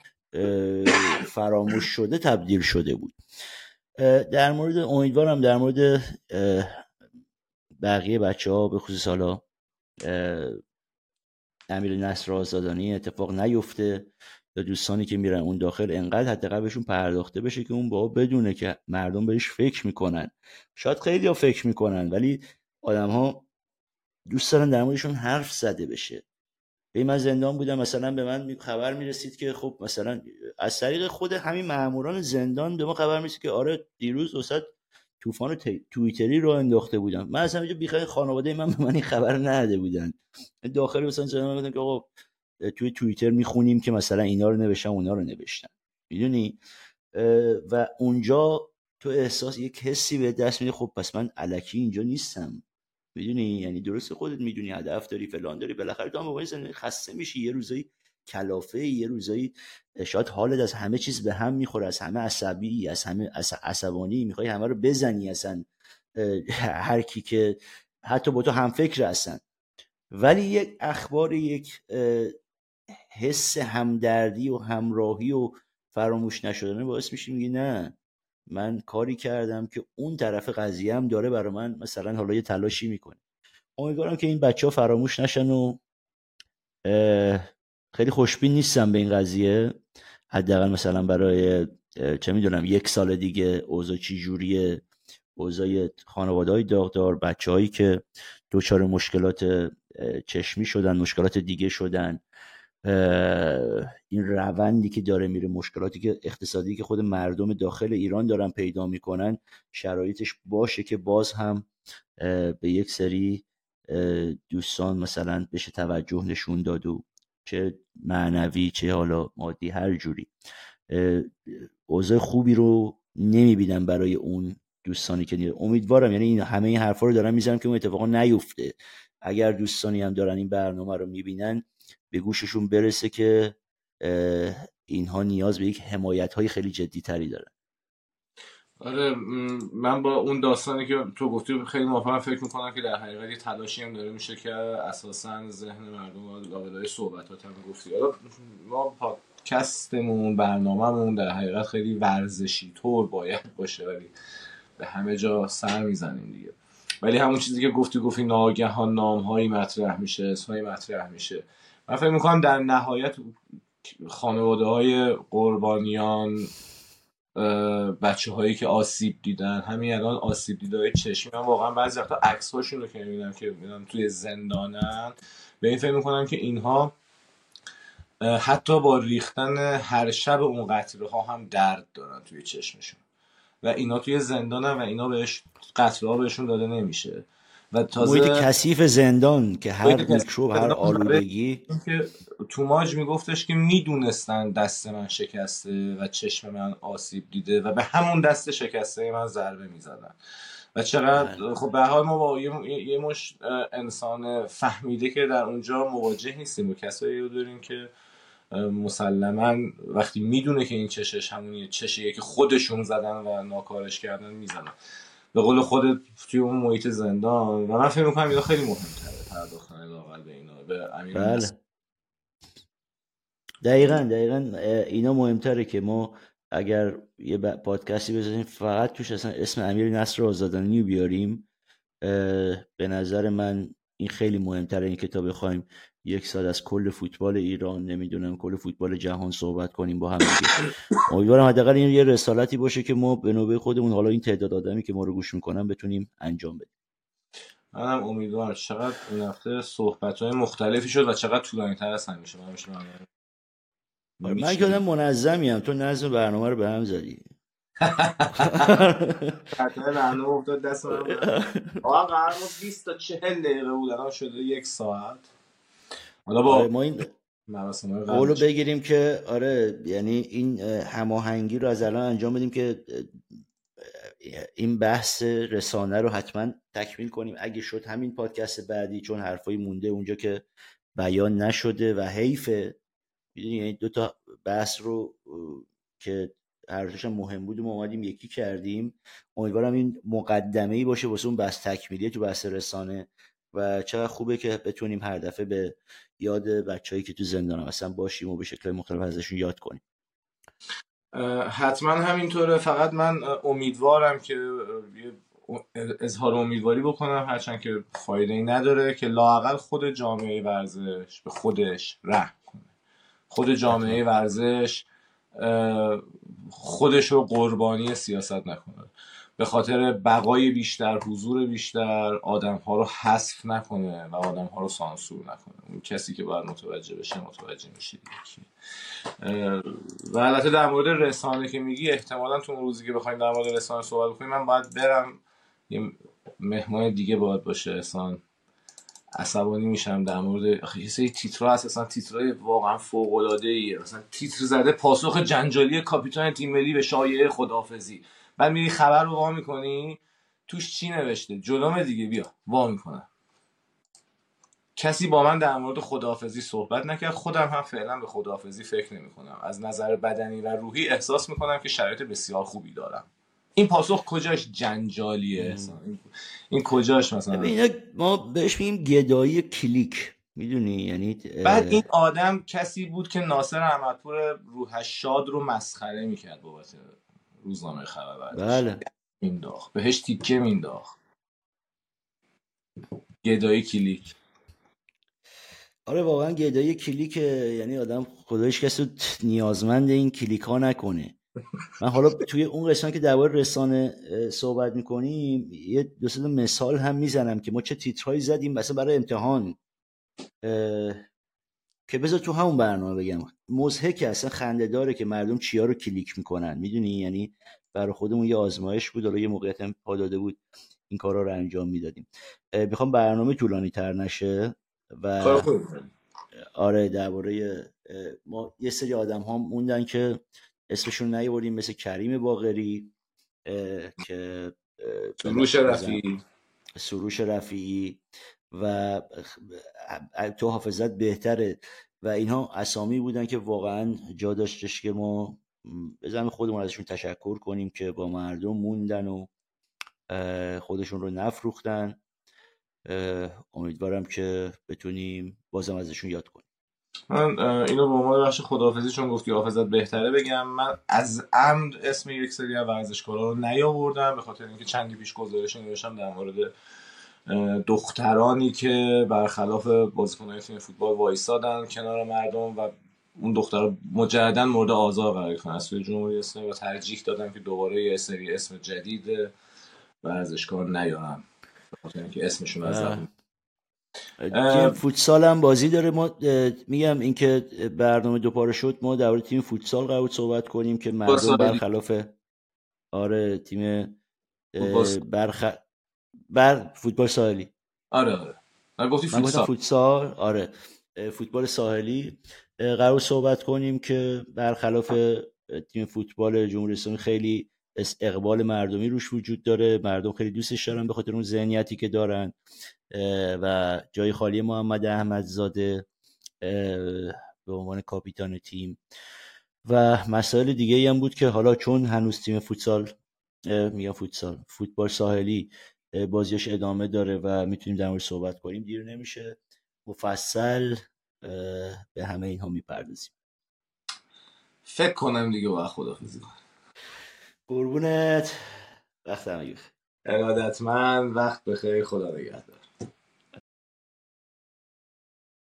فراموش شده تبدیل شده بود. در مورد امیدوارم در مورد بقیه بچه ها به خصوص حالا امیر نصر آزادانی اتفاق نیفته یا دوستانی که میرن اون داخل انقدر حداقل بهشون پرداخته بشه که اون با بدونه که مردم بهش فکر میکنن. شاید خیلی ها فکر میکنن ولی آدم ها دوست دارن در موردشون حرف زده بشه. به من زندان بودم مثلا به من خبر میرسید که خب مثلا از طریق خود همین ماموران زندان به ما خبر میرسید که آره دیروز وسط طوفان توییتری رو انداخته بودم. من اصلا اینجا بیخیر خانواده من به من این خبر نداده بودن. داخل مثلا زندان گفتم که آقا توی توییتر میخونیم که مثلا اینا رو نوشتن اونا رو نوشتن، میدونی؟ و اونجا تو احساس یک حسی به دست میده خب پس من الکی اینجا نیستم، میدونی؟ یعنی درست خودت میدونی هدف داری فلان داری، بالاخره تو هم موقع زندگی خسته میشی، یه روزایی کلافه، یه روزایی شاید حالت از همه چیز به هم میخوره، از همه عصبی، از همه عصبانی، میخوای همه رو بزنی اصلا هر کی که حتی با تو هم فکر هستن، ولی یک اخبار، یک حس همدردی و همراهی و فراموش نشدنه باعث میشه میگی نه من کاری کردم که اون طرف قضیه هم داره برای من مثلا حالا یه تلاشی میکنه. امیدوارم که این بچه ها فراموش نشن و خیلی خوشبین نیستم به این قضیه، حداقل مثلا برای چه میدونم یک سال دیگه اوضاع چی جوریه، اوضاع خانواده‌های داغدار، بچه‌هایی که دچار مشکلات چشمی شدن، مشکلات دیگه شدن، این روندی که داره میره، مشکلاتی که اقتصادی که خود مردم داخل ایران دارن پیدا میکنن، شرایطش باشه که باز هم به یک سری دوستان مثلا بشه توجه نشون داد و چه معنوی چه حالا مادی هر جوری اوضاع خوبی رو نمیبینم برای اون دوستانی که نیره. امیدوارم یعنی این همه این حرفا رو دارم میزنم که اون اتفاقا نیفته. اگر دوستانی هم دارن این برنامه رو میبینن به گوششون برسه که اینها نیاز به یک حمایت های خیلی جدی تری دارن. آره من با اون داستانی که تو گفتی خیلی موافقم. فکر میکنم که در حقیقت یه تلاشی هم داره میشه که اساسا ذهن مردم لابلای صحبتات هم گفتی. حالا ما پادکستمون برنامه‌مون در حقیقت خیلی ورزشی طور باید باشه ولی به همه جا سر میزنیم دیگه. ولی همون چیزی که گفتی گفتی ناگهان نام‌هایی مطرح میشه، اسمایی مطرح میشه. من فکر میکنم در نهایت خانواده‌های قربانیان، بچه هایی که آسیب دیدن، همین الان آسیب دیدهای چشمی، من واقعا بعضی وقتا عکس هاشون رو که میبینم که میبینم توی زندانن به این فکر میکنم که اینها حتی با ریختن هر شب اون قطره ها هم درد دارن توی چشمشون و اینا توی زندانن و اینا بهش قطره ها بهشون داده نمیشه و تازه محیط کثیف زندان که هر میکروب هر آلودگی که توماج میگفتش که میدونستن دست من شکسته و چشم من آسیب دیده و به همون دست شکسته من ضربه میزدن و چقدر خب به هر حال ما با یه, یه مش انسان فهمیده که در اونجا مواجه نیستیم و کسایی رو داریم که مسلما وقتی میدونه که این چشش همون چشیه که خودشون زدن و ناکارش کردن میزنن به قول خودت توی اون محیط زندان. و من فکر میکنم اینا خیلی مهمتره پرداختن لااقل به اینا به امیر بله نصر. دقیقاً دقیقاً اینا مهمتره که ما اگر یه پادکستی بزنیم فقط توش اصلا اسم امیر نصر آزادانی رو بیاریم، به نظر من این خیلی مهمتره این که تا بخوایم یک سال از کل فوتبال ایران نمیدونم کل فوتبال جهان صحبت کنیم با هم دیگه. امیدوارم حداقل این یه رسالتی باشه که ما به نوبه خودمون حالا این تعداد آدمی که ما رو گوش میکنن بتونیم انجام بدیم. منم امیدوارم. چقدر این هفته صحبت‌های مختلفی شد و چقدر طولانی‌تر از همیشه. من میشه من من که آدم منظمیم، تو نظم برنامه رو به هم زدی. قطعه برنامه افتاد دست من. آقا قرار بود بیست تا چهل دقیقه بود الان شده یک ساعت. حالا با آره ما این مراسم‌های قولو قبل بگیریم که آره یعنی این هماهنگی رو از الان انجام بدیم که این بحث رسانه رو حتما تکمیل کنیم اگه شد همین پادکست بعدی، چون حرفای مونده اونجا که بیان نشده و حیفه. یعنی دو تا بحث رو که هر دوش مهم بود ما اومدیم یکی کردیم. امیدوارم این مقدمه‌ای باشه واسه اون بحث تکمیلی تو بحث رسانه و چقدر خوبه که بتونیم هر دفعه به یاد بچه‌ای که تو زندان اصلا باشیم و به شکل مختلف ازشون یاد کنیم. حتما همینطوره. فقط من امیدوارم که اظهار امیدواری بکنم هرچند که فایده ای نداره که لااقل خود جامعه ورزش به خودش رحم کنه. خود جامعه ورزش خودش رو قربانی سیاست نکنه، به خاطر بقای بیشتر، حضور بیشتر، آدم ها رو حذف نکنه و آدم ها رو سانسور نکنه. اون کسی که باید متوجه بشه متوجه میشه دیگه. و البته در مورد رسانه که میگی احتمالا تو اون روزی که بخوایم در مورد رسانه صحبت بکنیم من باید برم، یه مهمان دیگه باید باشه. احسان عصبانی میشم در مورد یه سری تیترها هست، اصلا تیترهای واقعا فوق العاده ایه. مثلا تیتر زده پاسخ جنجالی کاپیتان تیم ملی به شایعه خداحافظی. بعد میری خبر رو وا میکنی توش چی نوشته؟ جلوم دیگه بیا وا میکنم. کسی با من در مورد خداحافظی صحبت نکرد. خودم هم فعلا به خداحافظی فکر نمی‌کنم. از نظر بدنی و روحی احساس می‌کنم که شرایط بسیار خوبی دارم. این پاسخ کجاش جنجالیه احسان؟ این, این کجاش مثلا؟ ببین ما بهش میگیم گدایی کلیک، میدونی یعنی بعد این آدم کسی بود که ناصر احمدپور روحش شاد رو مسخره می‌کرد بابت روزنامه خبر بعدش. بله مینداخت بهش تیکه مینداخت. گدایی کلیک. آره واقعا گدایی کلیک، یعنی آدم خدایش کسی نیازمند این کلیک ها نکنه. من حالا توی اون قسمت که درباره رسانه صحبت میکنیم یه دو سه مثال هم میزنم که ما چه تیترهایی زدیم مثلا برای امتحان که بذار تو همون برنامه بگم. مضحکه اصلا خنده داره که مردم چیا رو کلیک میکنن، میدونی یعنی برای خودمون یه آزمایش بود، حالا یه موقعیت هم پا داده بود این کارا رو انجام میدادیم. میخوام برنامه طولانی تر نشه و آره درباره ما یه سری آدم ها موندن که اسمشون نیاوردیم، مثل کریم باقری که سروش رفیعی سروش رفیعی و تو حافظت بهتره و اینها اسامی بودن که واقعا جا داشتش که ما بزنیم خودمون ازشون تشکر کنیم که با مردم موندن و خودشون رو نفروختن. امیدوارم که بتونیم بازم ازشون یاد کنیم. من اینو به عنوان بخش خداحافظی چون گفتی حافظت بهتره بگم، من از عمد اسم یک سری از ورزشکارا رو نیاوردم به خاطر اینکه چندی پیش گزارش نوشتم در مورد دخترانی که برخلاف بازیکن‌های تیم فوتبال وایسادن کنار مردم و اون دخترها مجددا مورد آزار قرار گرفتن از سوی جمهوری اسلامی و ترجیح دادن که دوباره یه سری اسم جدید ورزشکار نیارن به خاطر اینکه اسمشون از زبون. تیم فوتسال هم بازی داره. ما میگم اینکه برنامه دوپاره شد ما در مورد تیم فوتسال قرار بود صحبت کنیم که مردم برخلاف آره تیم برخ بر فوتبال ساحلی آره آره من گفتی فوتسال فوتسال آره فوتبال ساحلی قرار صحبت کنیم که برخلاف تیم فوتبال جمهوری اسلامی خیلی اقبال مردمی روش وجود داره، مردم خیلی دوستش دارن به خاطر اون ذهنیتی که دارن و جای خالی محمد احمدزاده به عنوان کاپیتان تیم و مسائل دیگه ای هم بود که حالا چون هنوز تیم فوتسال میگم فوتسال فوتبال ساحلی بازیش ادامه داره و میتونیم در مورد صحبت کنیم، دیر نمیشه مفصل به همه اینها میپردازیم. فکر کنم دیگه با خداحافظی کنم. قربونت، وقت همگی بخیر. ارادتمند، وقت بخیر، خدا نگهدار.